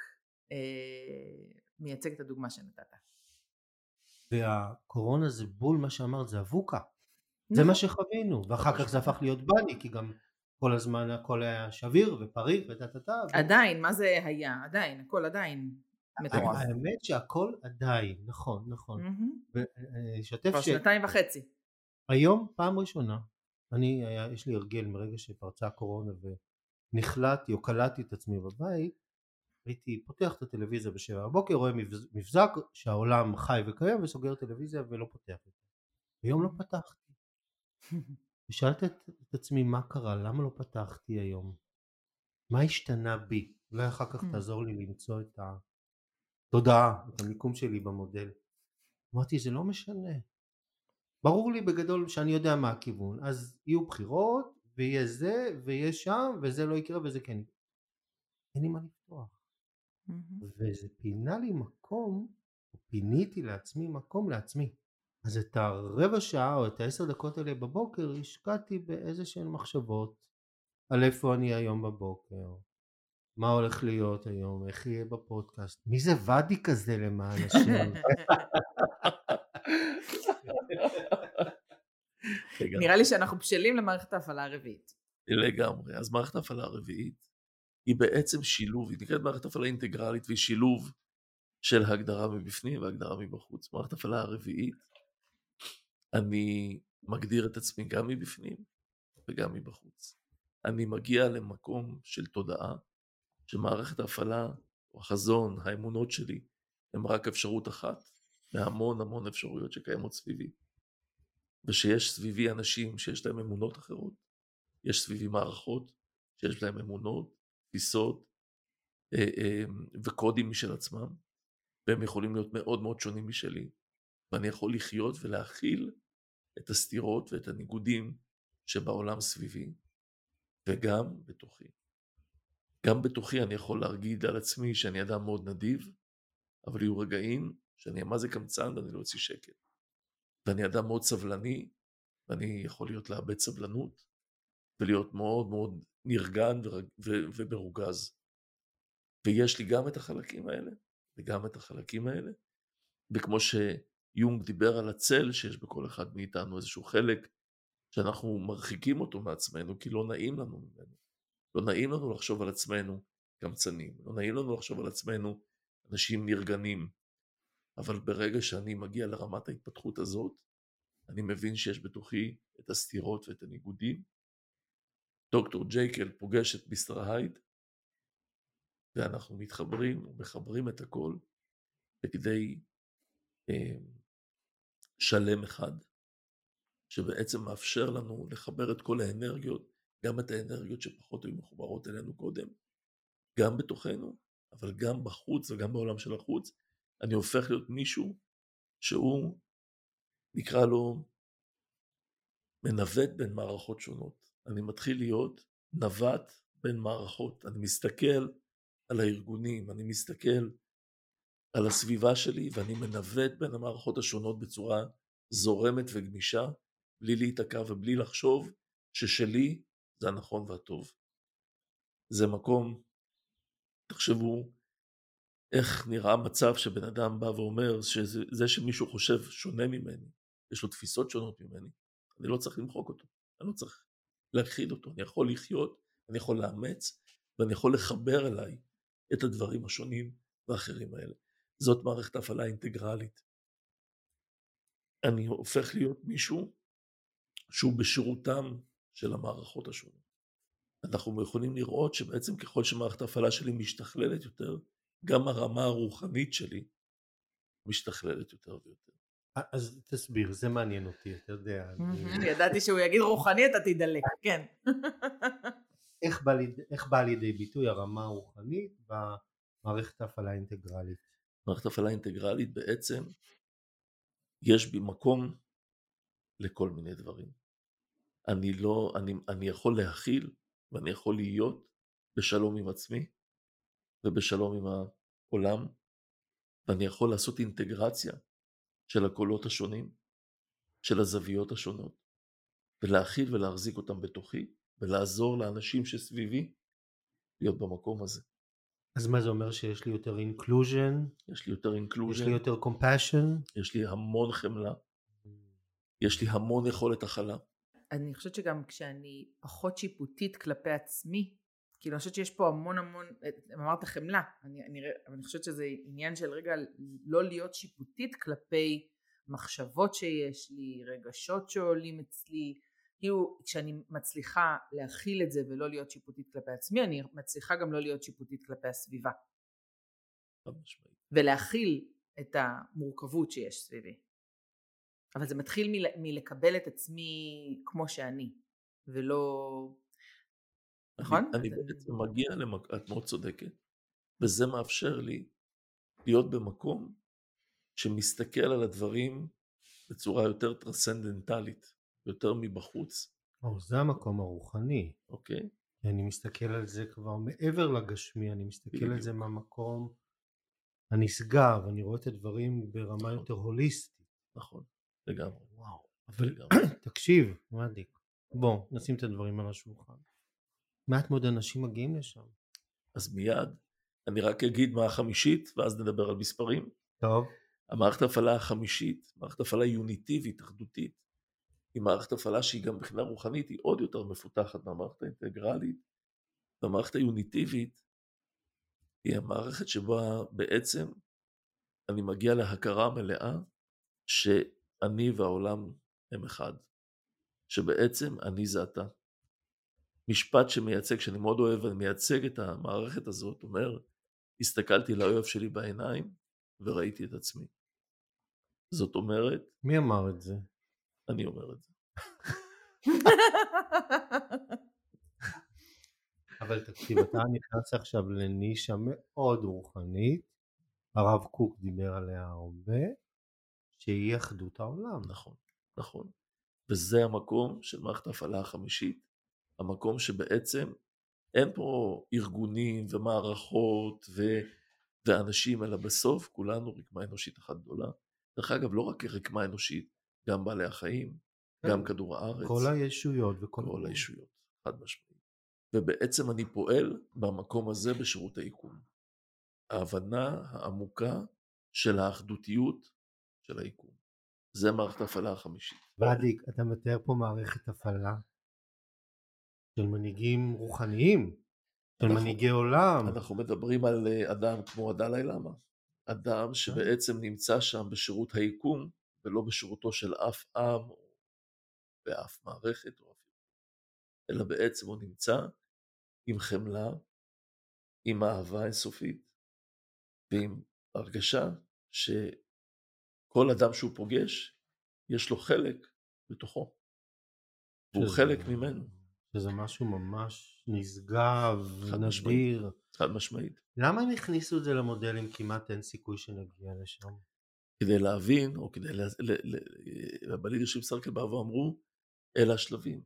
S1: מייצג את הדוגמה שנתת.
S2: והקורונה זה בול מה שאמרת, זה אבוקה. זה מה שחווינו, ואחר כך זה הפך להיות בני, כי גם כל הזמן הכל היה שביר ופריק ודתתה.
S1: עדיין, מה זה היה? עדיין, הכל עדיין מטורף.
S2: האמת שהכל עדיין, נכון.
S1: כבר 2.5.
S2: היום פעם ראשונה, יש לי הרגל מרגע שפרצה הקורונה ונחלטתי או קלטתי את עצמי בבית, הייתי פותח את הטלוויזיה ב7 בבוקר, רואה מבזק שהעולם חי וקיים וסוגר טלוויזיה ולא פותח את זה. היום לא פתחתי. ושאלתי את עצמי מה קרה, למה לא פתחתי היום? מה השתנה בי? אולי אחר כך תעזור לי למצוא את התודעה, את המיקום שלי במודל. אמרתי, זה לא משנה. ברור לי בגדול שאני יודע מה הכיוון, אז יהיו בחירות, ויהיה זה, ויהיה שם, וזה לא יקרה, וזה כן. אין לי מה לפתוח. וזה פינה לי מקום, או פיניתי לעצמי מקום לעצמי. אז את הרבע שעה או את 10 דקות האלה בבוקר השקעתי באיזה שהן מחשבות על איפה אני היום בבוקר, מה הולך להיות היום, איך יהיה בפודקאסט, מי זה ודי כזה למען השם.
S1: נראה לי שאנחנו בשלים למערכת ההפעלה הרביעית.
S3: לגמרי, אז מערכת ההפעלה הרביעית היא בעצם שילוב, היא נקראת מערכת הפעלה אינטגרלית, והיא שילוב של הגדרה מבפנים והגדרה מבחוץ. מערכת הפעלה הרביעית, אני מגדיר את עצמי גם מבפנים וגם מבחוץ. אני מגיע למקום של תודעה, שמערכת ההפעלה, או החזון, האמונות שלי, הם רק אפשרות אחת, מהמון המון אפשרויות שקיימות סביבי. ושיש סביבי אנשים שיש להם אמונות אחרות, יש סביבי מערכות שיש להם אמונות, תפיסות וקודים משל עצמם, והם יכולים להיות מאוד מאוד שונים משלי, ואני יכול לחיות ולהכיל את הסתירות ואת הניגודים שבעולם סביבי, וגם בתוכי. גם בתוכי אני יכול להגיד על עצמי שאני אדם מאוד נדיב, אבל יהיו רגעים שאני מה זה קמצן ואני לא אוציא שקט. ואני אדם מאוד סבלני, ואני יכול להיות לאבד סבלנות, ולהיות מאוד מאוד נרגן וברוגז. ויש לי גם את החלקים האלה, וגם את החלקים האלה, וכמו שיונג דיבר על הצל שיש בכל אחד מאיתנו, איזשהו חלק שאנחנו מרחיקים אותו מעצמנו, כי לא נעים לנו ממנו. לא נעים לנו לחשוב על עצמנו קמצנים, לא נעים לנו לחשוב על עצמנו אנשים נרגנים, אבל ברגע שאני מגיע לרמת ההתפתחות הזאת, אני מבין שיש בתוכי את הסתירות ואת הניגודים. דוקטור ג'ייקל פוגש את מיסטר הייד, ואנחנו מתחברים ומחברים את הכל בכדי שלם אחד, שבעצם מאפשר לנו לחבר את כל האנרגיות, גם את האנרגיות שפחות היו מחוברות אלינו קודם, גם בתוכנו, אבל גם בחוץ וגם בעולם של החוץ. אני הופך להיות מישהו שהוא, נקרא לו, מנווט בין מערכות שונות. אני מתחיל להיות נווט בין מערכות. אני מסתכל על הארגונים, אני מסתכל על הסביבה שלי, ואני מנווט בין המערכות השונות בצורה זורמת וגמישה, בלי להתעכב ובלי לחשוב ששלי זה הנכון והטוב. זה מקום, תחשבו, איך נראה מצב שבן אדם בא ואומר שזה שמישהו חושב שונה ממני, יש לו תפיסות שונות ממני, אני לא צריך למחוק אותו, אני לא צריך להכחיד אותו, אני יכול לחיות, אני יכול לאמץ, ואני יכול לחבר אליי את הדברים השונים והאחרים האלה. זאת מערכת ההפעלה אינטגרלית. אני הופך להיות מישהו שהוא בשירותם של המערכות השונות. אנחנו יכולים לראות שבעצם ככל שמערכת ההפעלה שלי משתכללת יותר, גם הרמה הרוחנית שלי משתכללת יותר ויותר.
S2: אז תסביר, זה מעניין אותי, אתה יודע.
S1: ידעתי שהוא יגיד רוחני, אתה תדלק, כן.
S2: איך בא לידי ביטוי הרמה הרוחנית במערכת ההפעלה האינטגרלית?
S3: מערכת ההפעלה האינטגרלית בעצם יש בי מקום לכל מיני דברים. אני יכול להכיל ואני יכול להיות בשלום עם עצמי ובשלום עם העולם, ואני יכול לעשות אינטגרציה של הקולות השונים, של הזוויות השונות, ולהכיל ולהחזיק אותם בתוכי, ולעזור לאנשים שסביבי להיות במקום הזה.
S2: אז מה זה אומר, שיש לי יותר inclusion?
S3: יש לי יותר inclusion.
S2: יש לי יותר compassion?
S3: יש לי המון חמלה. יש לי המון יכולת הכלה.
S1: אני חושבת שגם כשאני פחות שיפוטית כלפי עצמי, כאילו אני חושבת שיש פה המון, אמרת חמלה, אני חושבת שזה עניין של רגע לא להיות שיפוטית כלפי מחשבות שיש לי, רגשות שעולים אצלי, כאילו כשאני מצליחה להכיל את זה ולא להיות שיפוטית כלפי עצמי, אני מצליחה גם לא להיות שיפוטית כלפי הסביבה. ולהכיל את המורכבות שיש סביבי. אבל זה מתחיל מלקבל את עצמי כמו שאני, ולא... נכון?
S3: אני בעצם מגיע את מאוד צודקת, וזה מאפשר לי להיות במקום שמסתכל על הדברים בצורה יותר טרנסצנדנטלית, יותר מבחוץ.
S2: זה המקום הרוחני.
S3: אוקיי.
S2: אני מסתכל על זה כבר מעבר לגשמי, אני מסתכל על זה מהמקום הנשגב, אני רואה את הדברים ברמה יותר הוליסטית.
S3: נכון, לגמרי.
S2: וואו, אבל תקשיב, מדהיק. בוא, נשים את הדברים על השולחן. מעט מאוד אנשים מגיעים לשם.
S3: אז מיד, אני רק אגיד מה החמישית, ואז נדבר על מספרים.
S2: טוב.
S3: המערכת ההפעלה החמישית, מערכת ההפעלה יוניטיבית, אחדותית, היא מערכת הפעלה שהיא גם מבחינה רוחנית, היא עוד יותר מפותחת מהמערכת האינטגרלית, והמערכת היוניטיבית היא המערכת שבה בעצם אני מגיע להכרה מלאה שאני והעולם הם אחד, שבעצם אני זה אתה. משפט שמייצג, שאני מאוד אוהב ואני מייצג את המערכת הזאת, אומר, הסתכלתי לאויב שלי בעיניים וראיתי את עצמי. זאת אומרת,
S2: מי אמר את זה?
S3: אני אומר את זה.
S2: אבל תקשיב, אתה נכנס עכשיו לנישה מאוד רוחנית, הרב קוק דיבר עליה הרבה, שהיא אחדות העולם.
S3: נכון, נכון. וזה המקום של מערכת ההפעלה החמישית, המקום שבעצם אין פה ארגונים ומערכות ואנשים, אלא בסוף כולנו רקמה אנושית אחת גדולה. דרך אגב, לא רק רקמה אנושית, גם בעלי החיים, גם כדור הארץ.
S2: כל הישויות וכל
S3: כל הישויות, חד משמעית. ובעצם אני פועל במקום הזה בשירות היקום. ההבנה העמוקה של האחדותיות של היקום. זה מערכת ההפעלה החמישית.
S2: ואדיק, אתה מתאר פה מערכת הפעלה של מנהיגים רוחניים, של מנהיגי עולם.
S3: אנחנו מדברים על אדם כמו הדלאי למה. אדם שבעצם נמצא שם בשירות היקום, ולא בשירותו של אף עם, או באף מערכת, אלא בעצם הוא נמצא עם חמלה, עם אהבה אינסופית, ועם הרגשה שכל אדם שהוא פוגש, יש לו חלק בתוכו. והוא חלק ממנו.
S2: שזה משהו ממש נשגב, נדיר.
S3: חד משמעית.
S2: למה הם הכניסו את זה למודלים? כמעט אין סיכוי שנגיע לשם.
S3: כדי להבין, או כדי, בלידרשיפ סרקל באו אמרו, אלה השלבים,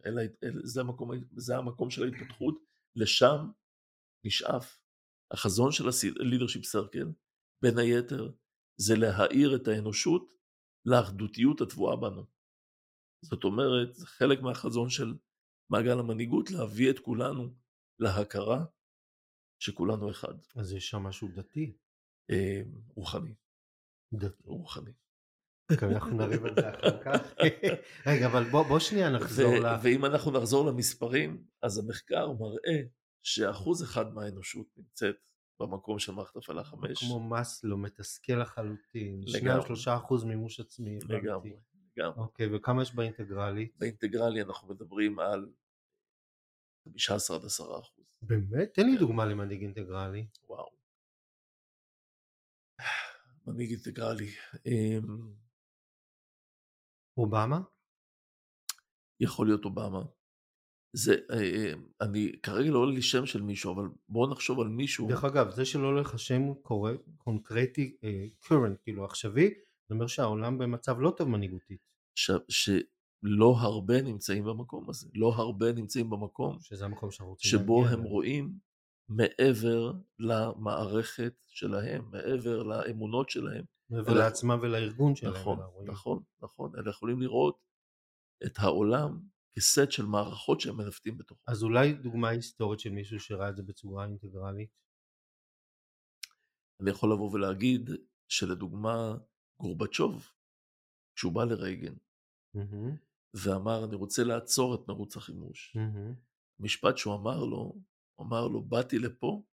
S3: זה המקום של ההתפתחות, לשם נשאף. החזון של הלידרשיפ סרקל, בין היתר, זה להאיר את האנושות לאחדותיות התבואה בנו. זאת אומרת, זה חלק מהחזון של מעגל המנהיגות, להביא את כולנו להכרה שכולנו אחד.
S2: אז יש שם משהו דתי?
S3: רוחני.
S2: דתי.
S3: רוחני.
S2: אנחנו נריב על זה אחר כך. רגע, אבל בוא שנייה נחזור
S3: ואם אנחנו נחזור למספרים, אז המחקר מראה ש1% מהאנושות נמצאת במקום של מערכת הפעלה 5.
S2: כמו מסלו, מתסכל לחלוטין. 2-3% מימוש עצמי.
S3: לגמרי.
S2: אוקיי, וכמה יש באינטגרלית?
S3: באינטגרלי אנחנו מדברים על 15-10%.
S2: באמת? תן לי דוגמה למנהיג אינטגרלי.
S3: וואו. מנהיג אינטגרלי.
S2: אובמה?
S3: יכול להיות אובמה. זה, אני כרגע לא עולה לי שם של מישהו, אבל בואו נחשוב על מישהו.
S2: דרך אגב, זה שלא עולה לך שם קונקרטי, current, כאילו עכשווי, זה אומר שהעולם במצב לא טוב מנהיגותית.
S3: שלא הרבה נמצאים במקום הזה, לא הרבה נמצאים במקום,
S2: שזה המקום שאנחנו רוצים
S3: שבו הם רואים מעבר למערכת שלהם, מעבר לאמונות שלהם.
S2: מעבר לעצמם ולארגון שלהם.
S3: נכון. אלה יכולים לראות את העולם כסט של מערכות שהם מנווטים בתוכו.
S2: אז אולי דוגמה היסטורית של מישהו שראה את זה בצורה אינטגרלית?
S3: אני יכול לבוא ולהגיד שלדוגמה גורבצ'וב, כשהוא בא לרייגן, ואמר אני רוצה לעצור את מרוץ החימוש, משפט שהוא אמר לו באתי לפה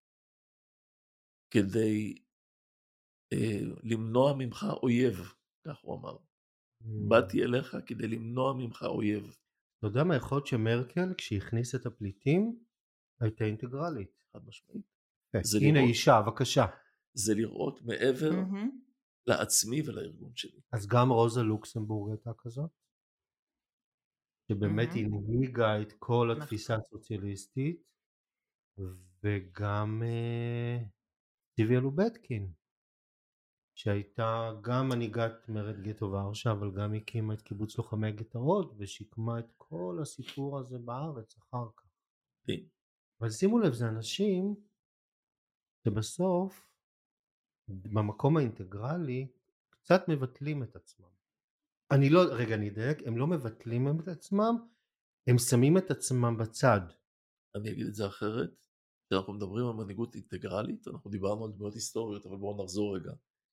S3: כדי למנוע ממך אויב, כך הוא אמר. באתי אליך כדי למנוע ממך אויב.
S2: אתה יודע מה, יכול להיות שמרקל כשהכניס את הפליטים הייתה אינטגרלית.
S3: חד משמעית.
S2: הנה אישה, בבקשה.
S3: זה לראות מעבר לעצמי ולארגון שלי.
S2: אז גם רוזה לוקסמבורג הייתה כזאת? שבאמת היא נהיגה את כל התפיסה הסוציאליסטית, וגם ציוויה לובטקין, שהייתה גם מנהיגת מרד גטו ורשה, אבל גם הקימה את קיבוץ לוחמי גטאות, ושיקמה את כל הסיפור הזה בארץ אחר כך. אבל שימו לב, זה אנשים שבסוף, במקום האינטגרלי, קצת מבטלים את עצמם. אני אדייק, הם לא מבטלים את עצמם, הם שמים את עצמם בצד.
S3: אני אגיד את זה אחרת, כשאנחנו מדברים על מנהיגות אינטגרלית, אנחנו דיברנו על דמויות היסטוריות, אבל בואו נחזור רגע.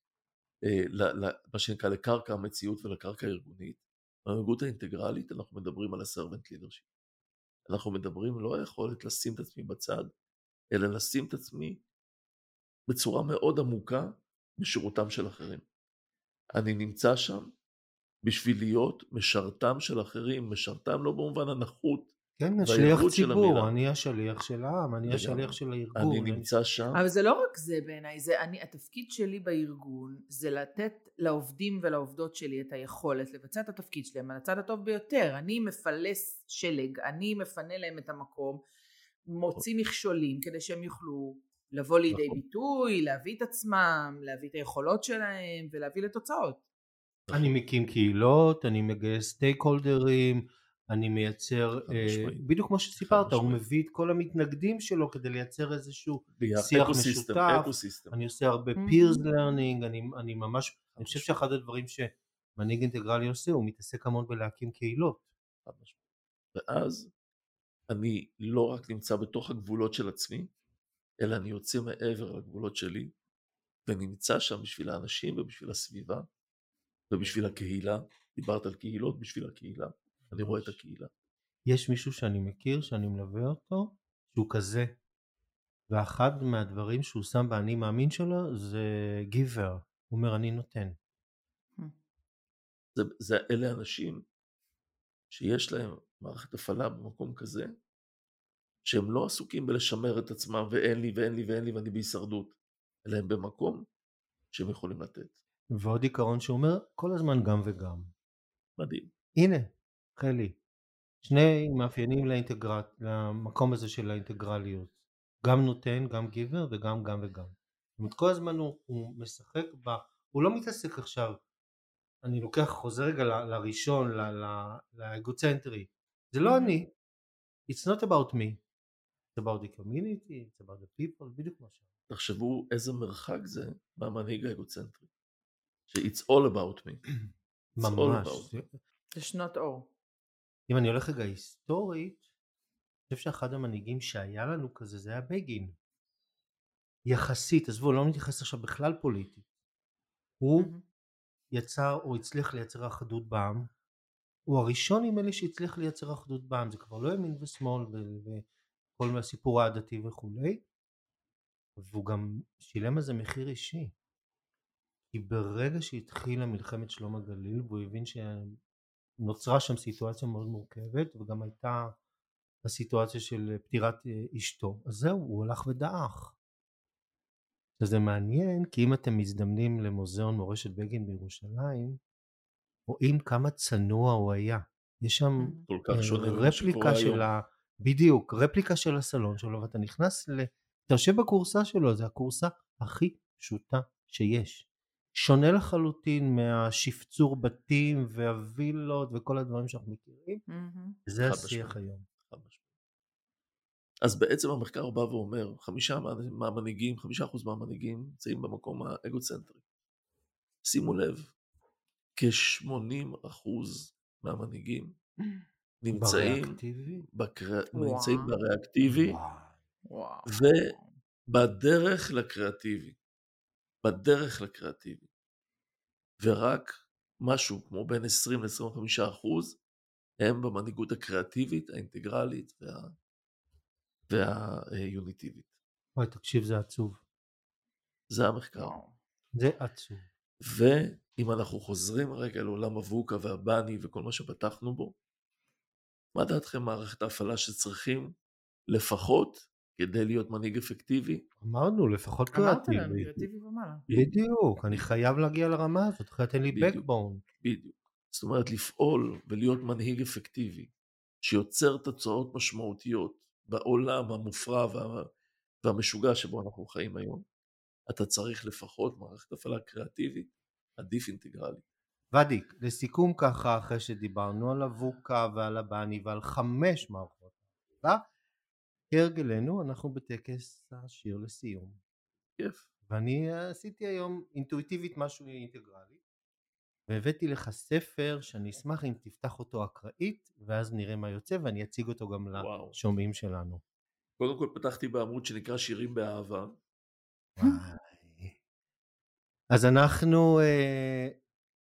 S3: מה שנקרא לקרקע המציאות ולקרקע הארגונית. במנהיגות האינטגרלית אנחנו מדברים על הסרבנט לידרשיפ. אנחנו מדברים לא היכולת לשים את עצמי בצד, אלא לשים את עצמי בצורה מאוד עמוקה בשירותם של אחרים. אני נמצא שם בשביל להיות משרתם של אחרים, משרתם לא במובן הנחות,
S2: כן, שליח
S3: והייחוד של
S2: ציבור,
S3: המילה.
S2: אני השליח של העם, אני השליח של
S3: אני
S2: הארגון.
S3: נמצא שם,
S1: אבל זה לא רק זה בעיניי, התפקיד שלי בארגון זה לתת לעובדים ולעובדות שלי את היכולת לבצע את התפקיד שלהם על הצד הטוב ביותר. אני מפלס שלג, אני מפנה להם את המקום, מוציא מכשולים כדי שהם יוכלו לבוא לידי
S3: נכון.
S1: ביטוי, להביא את עצמם, להביא את היכולות שלהם ולהביא לתוצאות.
S2: אני מקים קהילות, אני מגייס סטייק הולדרים, אני מייצר,
S3: חד משמעית.
S2: בדיוק כמו שסיפרת,
S3: חד
S2: הוא
S3: משמעית.
S2: מביא את כל המתנגדים שלו כדי לייצר איזשהו
S3: ביחד,
S2: שיח
S3: אקוסיסטם,
S2: משותף,
S3: אקוסיסטם.
S2: אני עושה הרבה peers learning, אני ממש, אני חושב שאחד הדברים שמנהיג אינטגרלי עושה, הוא מתעסק המון בלהקים קהילות.
S3: חד משמעית. ואז אני לא רק נמצא בתוך הגבולות של עצמי, אלא אני יוצא מעבר לגבולות שלי, ונמצא שם בשביל האנשים ובשביל הסביבה, ובשביל הקהילה. דיברת על קהילות, בשביל הקהילה. אני רואה את הקהילה.
S2: יש מישהו שאני מכיר, שאני מלווה אותו, שהוא כזה, ואחד מהדברים שהוא שם באני מאמין שלו, זה גיבר, הוא אומר אני נותן.
S3: אלה אנשים שיש להם מערכת הפעלה במקום כזה, שהם לא עסוקים בלשמר את עצמם ואין לי ואין לי ואין לי ואני בהישרדות, אלא הם במקום שהם יכולים לתת.
S2: ועוד עיקרון שאומר כל הזמן גם וגם.
S3: מדהים.
S2: הנה, חלי, שני מאפיינים למקום הזה של האינטגרליות. גם נותן, גם גיבר וגם גם וגם. זאת אומרת, כל הזמן הוא משחק הוא לא מתעסק עכשיו, אני חוזר רגע לראשון, לאגוצנטרי. זה לא אני. It's not about me. It's about the community, it's about the people, בדיוק מה שאתה.
S3: תחשבו איזה מרחק זה מהמנהיג האגוצנטרי. ש-it's all about me.
S2: ממש.
S1: זה שנות אור.
S2: אם אני הולך רגע היסטורית, אני חושב שאחד המנהיגים שהיה לנו כזה, זה היה בגין. יחסית, עזבו, לא מתייחס עכשיו בכלל פוליטי. הוא יצר, או הצליח לייצר אחדות בעם. הוא הראשון עם אלה שהצליח לייצר אחדות בעם. זה כבר לא ימין ושמאל וכל מהסיפור העדתי וכולי. והוא גם שילם על זה מחיר אישי. כי ברגע שהתחילה מלחמת שלום הגליל, והוא הבין שנוצרה שם סיטואציה מאוד מורכבת, וגם הייתה הסיטואציה של פטירת אשתו, אז זהו, הוא הלך ודעך. וזה מעניין, כי אם אתם מזדמנים למוזיאון מורשת בגין בירושלים, רואים כמה צנוע הוא היה. יש שם רפליקה של בדיוק, רפליקה של הסלון שלו, ואתה נכנס אתה יושב בקורסה שלו, זה הקורסה הכי פשוטה שיש. שונה לחלוטין מהשפצור בתים והווילות וכל הדברים שאנחנו מכירים. זה השיח היום.
S3: אז בעצם המחקר בא ואומר, 5% מהמנהיגים נמצאים במקום האגוצנטרי. שימו לב, כ-80% מהמנהיגים נמצאים בריאקטיבי ובדרך לקריאטיבי. בדרך לקריאטיבי. ורק משהו כמו בין 20-25% הם במנהיגות הקריאטיבית, האינטגרלית והיוניטיבית.
S2: אוי, תקשיב, זה עצוב.
S3: זה המחקר.
S2: זה עצוב.
S3: ואם אנחנו חוזרים רגע לעולם הווקה והבני וכל מה שפתחנו בו, מה דעתכם מערכת ההפעלה שצריכים לפחות כדי להיות מנהיג אפקטיבי?
S2: אמרנו, לפחות קריאטיבי.
S1: אמרת להם, קריאטיבי ומעלה.
S2: בדיוק, אני חייב להגיע לרמה הזאת, אחרת אין לי backbone.
S3: בדיוק. זאת אומרת, לפעול ולהיות מנהיג אפקטיבי, שיוצר תוצאות משמעותיות בעולם המופרע והמשוגע שבו אנחנו חיים היום, אתה צריך לפחות מערכת הפעלה קריאטיבית, עדיף אינטגרלי.
S2: ודיק, לסיכום ככה, אחרי שדיברנו על הווקה ועל הבני ועל 5 מערכות, כהרגלנו אנחנו בטקס השיר לסיום.
S3: כיף.
S2: ואני עשיתי היום אינטואיטיבית משהו אינטגרלי, והבאתי לך ספר שאני אשמח אם תפתח אותו אקראית, ואז נראה מה יוצא, ואני אציג אותו גם לשומעים שלנו.
S3: קודם כל פתחתי בעמוד שנקרא שירים באהבה.
S2: אז אנחנו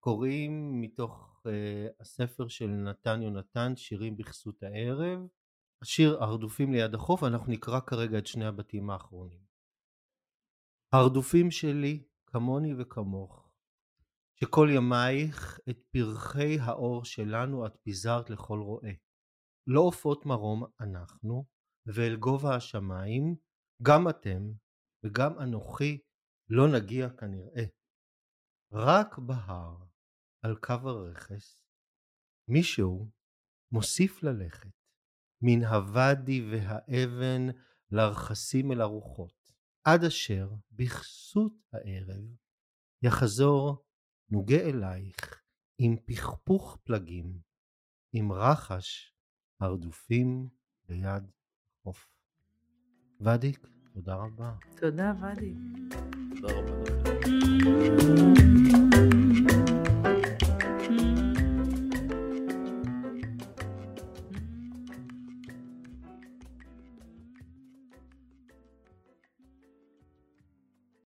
S2: קוראים מתוך הספר של נתן יונתן, שירים בכסות הערב, השיר הרדופים ליד החוף, אנחנו נקרא כרגע את שני הבתים האחרונים. הרדופים שלי כמוני וכמוך, שכל ימייך את פרחי האור שלנו את פיזרת לכל רואה. לא עופות מרום אנחנו, ואל גובה השמיים, גם אתם וגם אנוכי לא נגיע כנראה. רק בהר, על קו הרכס, מישהו מוסיף ללכת, מן הוואדי והאבן לרחסים אל הרוחות, עד אשר בכסות הערב יחזור נוגה אלייך עם פכפוך פלגים, עם רחש הרדופים ליד חוף. ודיק, תודה רבה.
S1: תודה, ואדי.
S3: תודה רבה.